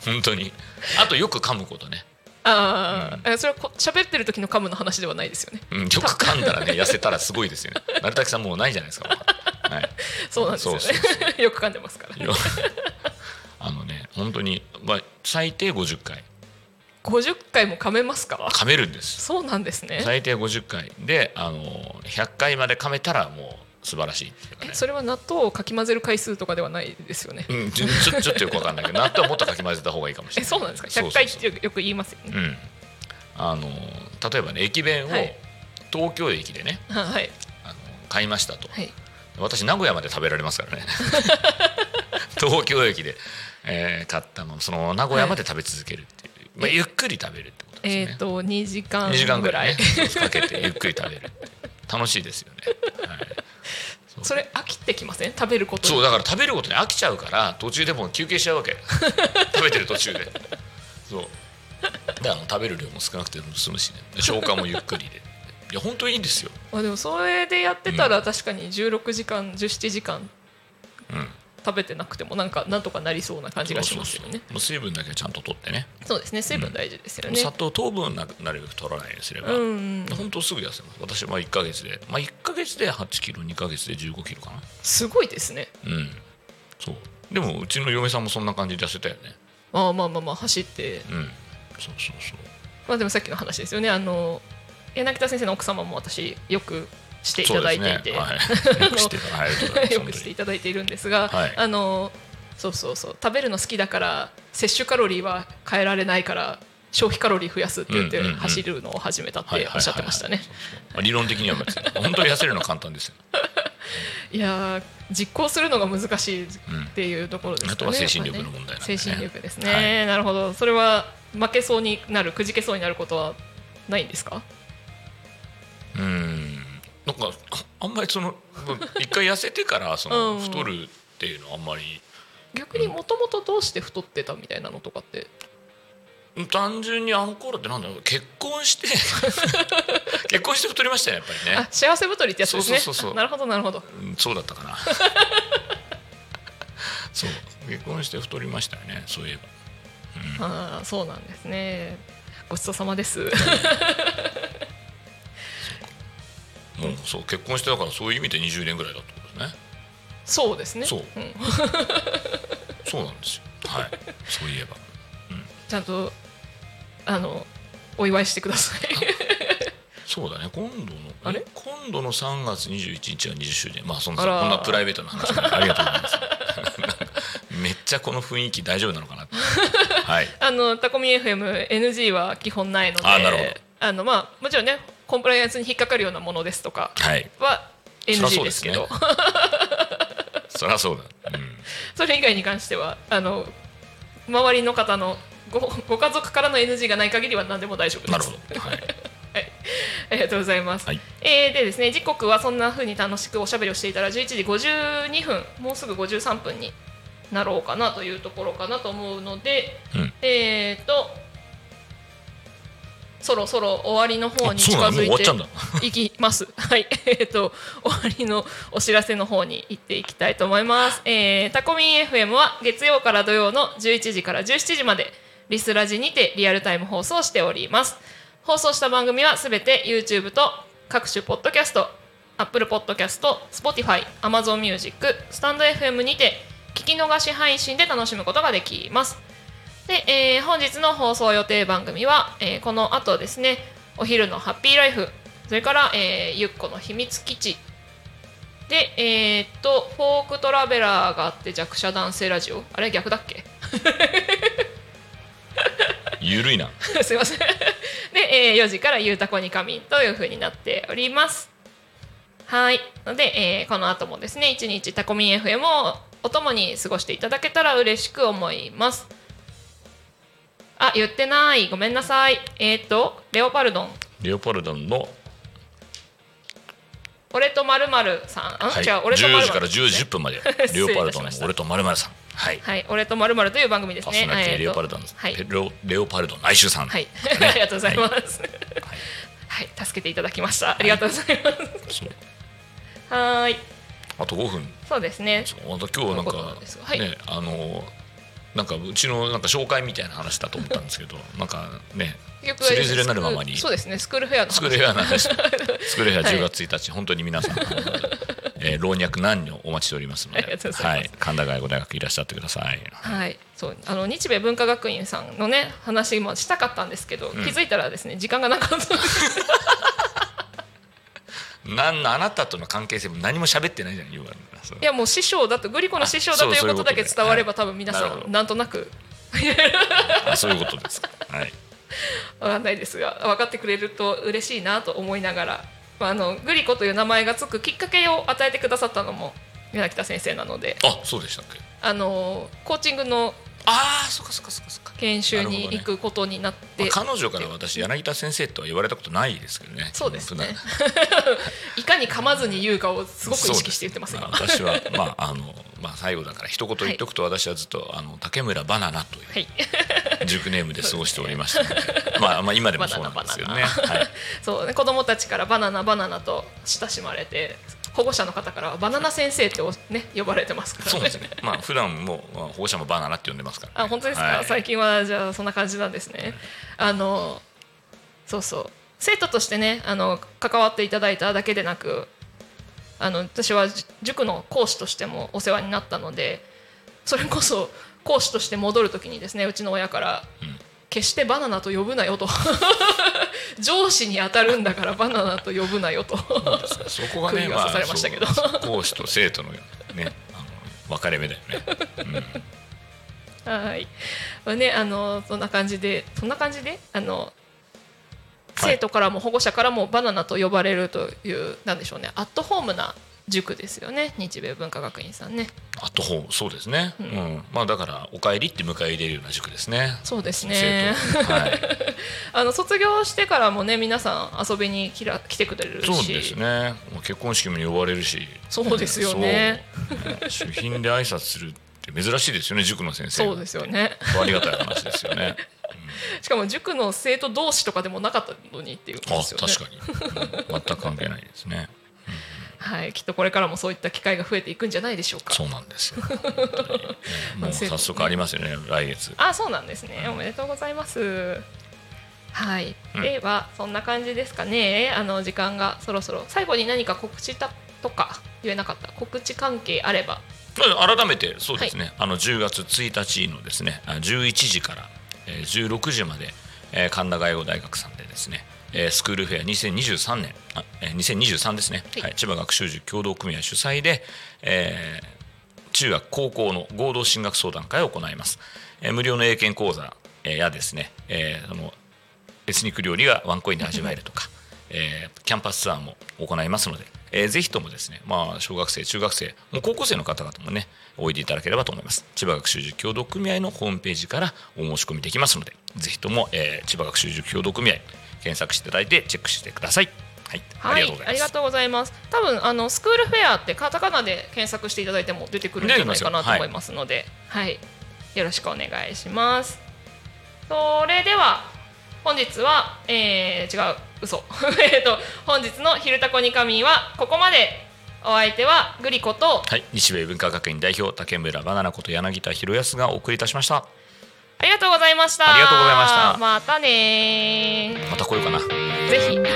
本当に。あとよく噛むことね。 ああ、うん、それは喋ってる時の噛むの話ではないですよね、 うん、よく噛んだらね痩せたらすごいですよね。成滝さんもうないじゃないですか、はい、 そうなんですよね。そうそうそうよく噛んでますからあのね本当に、まあ、最低ごじゅっかいごじゅっかいも噛めますか。 噛めるんです。 そうなんですね。 最低ごじゅっかいであのひゃっかいまで噛めたらもう素晴らしいっていうか、ね、 それは納豆をかき混ぜる回数とかではないですよね、 うん、ちょ, ちょ, ちょっとよく分かんないけど納豆はもっとかき混ぜた方がいいかもしれない。 えそうなんですか。ひゃっかいってよく言いますよね。 うん、あの例えばね駅弁を東京駅でね、はい、あの買いましたと、はい、私名古屋まで食べられますからね東京駅で、えー、買ったものその名古屋まで食べ続けるっていう、はいまあ、ゆっくり食べるってことですね。 えーとにじかんにじかんぐらい、ね、かけてゆっくり食べる楽しいですよね、はい、 そ, それ飽きてきません？食べることに。 そうだから食べることに飽きちゃうから途中でもう休憩しちゃうわけ食べてる途中でそうだから食べる量も少なくても済むしね消化もゆっくりでいや本当にいいんですよ。 あでもそれでやってたら確かにじゅうろくじかんじゅうななじかん、うん、食べてなくてもなんかなんとかなりそうな感じがしますよね。そうそうそう水分だけちゃんと取ってね。 そうですね水分大事ですよね、うん、 砂糖糖分なるべく取らないようにすれば、うん、本当すぐ痩せます。私はいっかげつで、まあ、いっかげつではちキロにかげつでじゅうごキロかな。 すごいですね。 うんそうでもうちの嫁さんもそんな感じで痩せたよね。 あまあまあまあ走って、 うん、そうそうそう。 まあでもさっきの話ですよね。あの柳田先生の奥様も私よくしていただいていて、ねはい、よくしてよくしていただいているんですが、はい、あのそうそうそう食べるの好きだから摂取カロリーは変えられないから消費カロリー増やすって言って走るのを始めたっておっしゃってましたね。 理論的には本当に痩せるのは簡単ですよいや実行するのが難しいっていうところですね、うん、あとは精神力の問題なんでね。 精神力ですね、はい、なるほど。それは負けそうになるくじけそうになることはないんですか？ うーんなんかあんまりその一回痩せてからその太るっていうのはあんまり逆にもともとどうして太ってたみたいなのとかって、 うん、単純にあの頃ってなんだろう結婚して結婚して太りましたよやっぱりね。 あ幸せ太りってやつですね。 そうそうそうそう。 なるほどなるほど、 うん、そうだったかなそう結婚して太りましたよねそういえば、うん、 あそうなんですね。ごちそうさまですもうそう結婚してだからそういう意味でにじゅうねんぐらいだったんですね。 そうですね。 そう、うん、そうなんですよ。はいそういえば、 うん、ちゃんとあのお祝いしてくださいそうだね今度のあれ今度のさんがつにじゅういちにちはにじゅっしゅうねんまあそんなこんなプライベートな話ありがとうございますめっちゃこの雰囲気大丈夫なのかなはいあのタコミ エフエム エヌジー は基本ないので、 あなるほど。あのまあもちろんねコンプライアンスに引っかかるようなものですとかは エヌジー ですけど、 そりゃそうだ、うん、 それ以外に関してはあの周りの方の ご, ご家族からの エヌジー がない限りは何でも大丈夫です。 なるほど、はいはい、ありがとうございます、はい。えー、でですね時刻はそんな風に楽しくおしゃべりをしていたらじゅういちじごじゅうにふんもうすぐごじゅうさんぷんになろうかなというところかなと思うので、うん、えーとそろそろ終わりの方に近づいていきます。はい、えっと終わりのお知らせの方に行っていきたいと思います。えー、タコミン エフエム は月曜から土曜のじゅういちじからじゅうしちじまでリスラジにてリアルタイム放送しております。放送した番組はすべて YouTube と各種ポッドキャスト、Apple Podcast、Spotify、Amazon Music、スタンド エフエム にて聞き逃し配信で楽しむことができます。で、えー、本日の放送予定番組は、えー、この後ですねお昼のハッピーライフ、それから、えー、ゆっこの秘密基地で、えー、っとフォークトラベラーがあって弱者男性ラジオ、あれ逆だっけゆるいなすいませんで、えー、よじからゆうたこに仮眠という風になっております。はいので、えー、この後もですね一日タコミン エフエム をお供に過ごしていただけたら嬉しく思います。あ、言ってない、ごめんなさい。えっ、ー、とレオパルドンレオパルドンの俺とまるまるさん、 はい、違う俺とまるまる、ね、じゅうじからじゅうじじゅっぷんまでレオパルドンの俺とまるまるさん、はい、 はい、俺とまるまるという番組ですね。 レオパルドン、はい、レオレオパルドン来週さん、 はい、ありがとうございます。はい、はい、助けていただきました。ありがとうございます。はい。 あとごふん。 そうですね。 また今日なんかね、はい、あのなんかうちのなんか紹介みたいな話だと思ったんですけど、なんかねつれづれになるままに、 そうですね、スクールフェアの話、 スクールフェアの話スクールフェアじゅうがつついたち、はい、本当に皆さんえー、老若男女お待ちしておりますので、はい、神田外語大学いらっしゃってください。 はい、そうあの日米文化学院さんのね話もしたかったんですけど、うん、気づいたらですね時間がなかったんですなんあなたとの関係性も何も喋ってないじゃん。いやもう師匠だとグリコの師匠だということだけ伝われば多分皆さんなんとなくあそういうことですか。はい。 分かんないですが分かってくれると嬉しいなと思いながら、あのグリコという名前がつくきっかけを与えてくださったのも柳田先生なので、 あそうでしたっけ。 あのコーチングのあそっかそっかそっかそっか研修に行くことになって、 ね、まあ、彼女から私柳田先生とは言われたことないですけどね。 そうですねいかに噛まずに言うかをすごく意識して言ってます今。 私は、まああのまあ、最後だから一言言っとくと、はい、私はずっとあの竹村バナナという、はい、塾ネームで過ごしておりましたので、まあ、まあ今でもそうなんですよね。はい、 そうね、子供たちからバナナバナナと親しまれて、保護者の方からはバナナ先生って、ね、呼ばれてますからね。 そうですね、まあ普段も、まあ、保護者もバナナって呼んでますから、ね、 あ本当ですか、はい、最近はじゃあそんな感じなんですね。あのそうそう生徒としてねあの関わっていただいただけでなく、あの私は塾の講師としてもお世話になったので、それこそ講師として戻るときにですねうちの親から、うん、決してバナナと呼ぶなよと上司に当たるんだからバナナと呼ぶなよとそこがね、 釘が刺されましたけど、 まあ、講師と生徒のねあの分かれ目だよね、 うん、はい、まあね、あのそんな感じでそんな感じであの生徒からも保護者からもバナナと呼ばれるというなんでしょうね、アットホームな塾ですよね、日米文化学院さんね。 アットホーム、そうですね、うんうん、まあ、だからお帰りって迎え入れるような塾ですね。 そうですね、はい、あの卒業してからもね皆さん遊びに来ら来てくれるし、 そうですね、結婚式も呼ばれるし、 そうですよね、 主賓で挨拶するって珍しいですよね、塾の先生。 そうですよね、 ありがたい話ですよねしかも塾の生徒同士とかでもなかったのにっていうことですよね。 あ確かに、うん、全く関係ないですね、 うん、はい、きっとこれからもそういった機会が増えていくんじゃないでしょうか。 そうなんですよもう早速ありますよね来月。 あそうなんですね、おめでとうございます。はい、うん、ではそんな感じですかね。あの時間がそろそろ、最後に何か告知たとか言えなかった告知関係あれば。 改めてそうですね、はい、あのじゅうがつついたちのですねじゅういちじからじゅうろくじまで神田外語大学さんでですねスクールフェアにせんにじゅうさんねんあにせんにじゅうさんですね、はいはい、千葉学習塾協同組合主催で、えー、中学高校の合同進学相談会を行います。えー、無料の英検講座やですね、えー、そのエスニック料理がワンコインで味わえるとかえー、キャンパスツアーも行いますので、えー、ぜひともですね、まあ、小学生中学生もう高校生の方々もねおいでいただければと思います。千葉学習塾協同組合のホームページからお申し込みできますので、ぜひとも、えー、千葉学習塾協同組合検索していただいてチェックしてください。はい、 はい、ありがとうございます。多分あのスクールフェアってカタカナで検索していただいても出てくるんじゃないかなと思いますので、はい、はい、よろしくお願いします。それでは本日は、えー、違う嘘えっと本日の昼タコにカミはここまで。お相手はグリコと、 はい、日米文化学院代表竹村バナナこと柳田博康がお送りいたしました。 ありがとうございました。 ありがとうございました。 またね。 また来ようかな。 ぜひ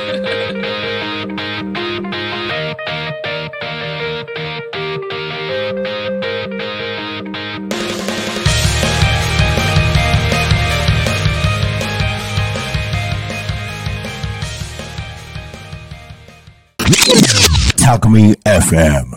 Alchemy エフエム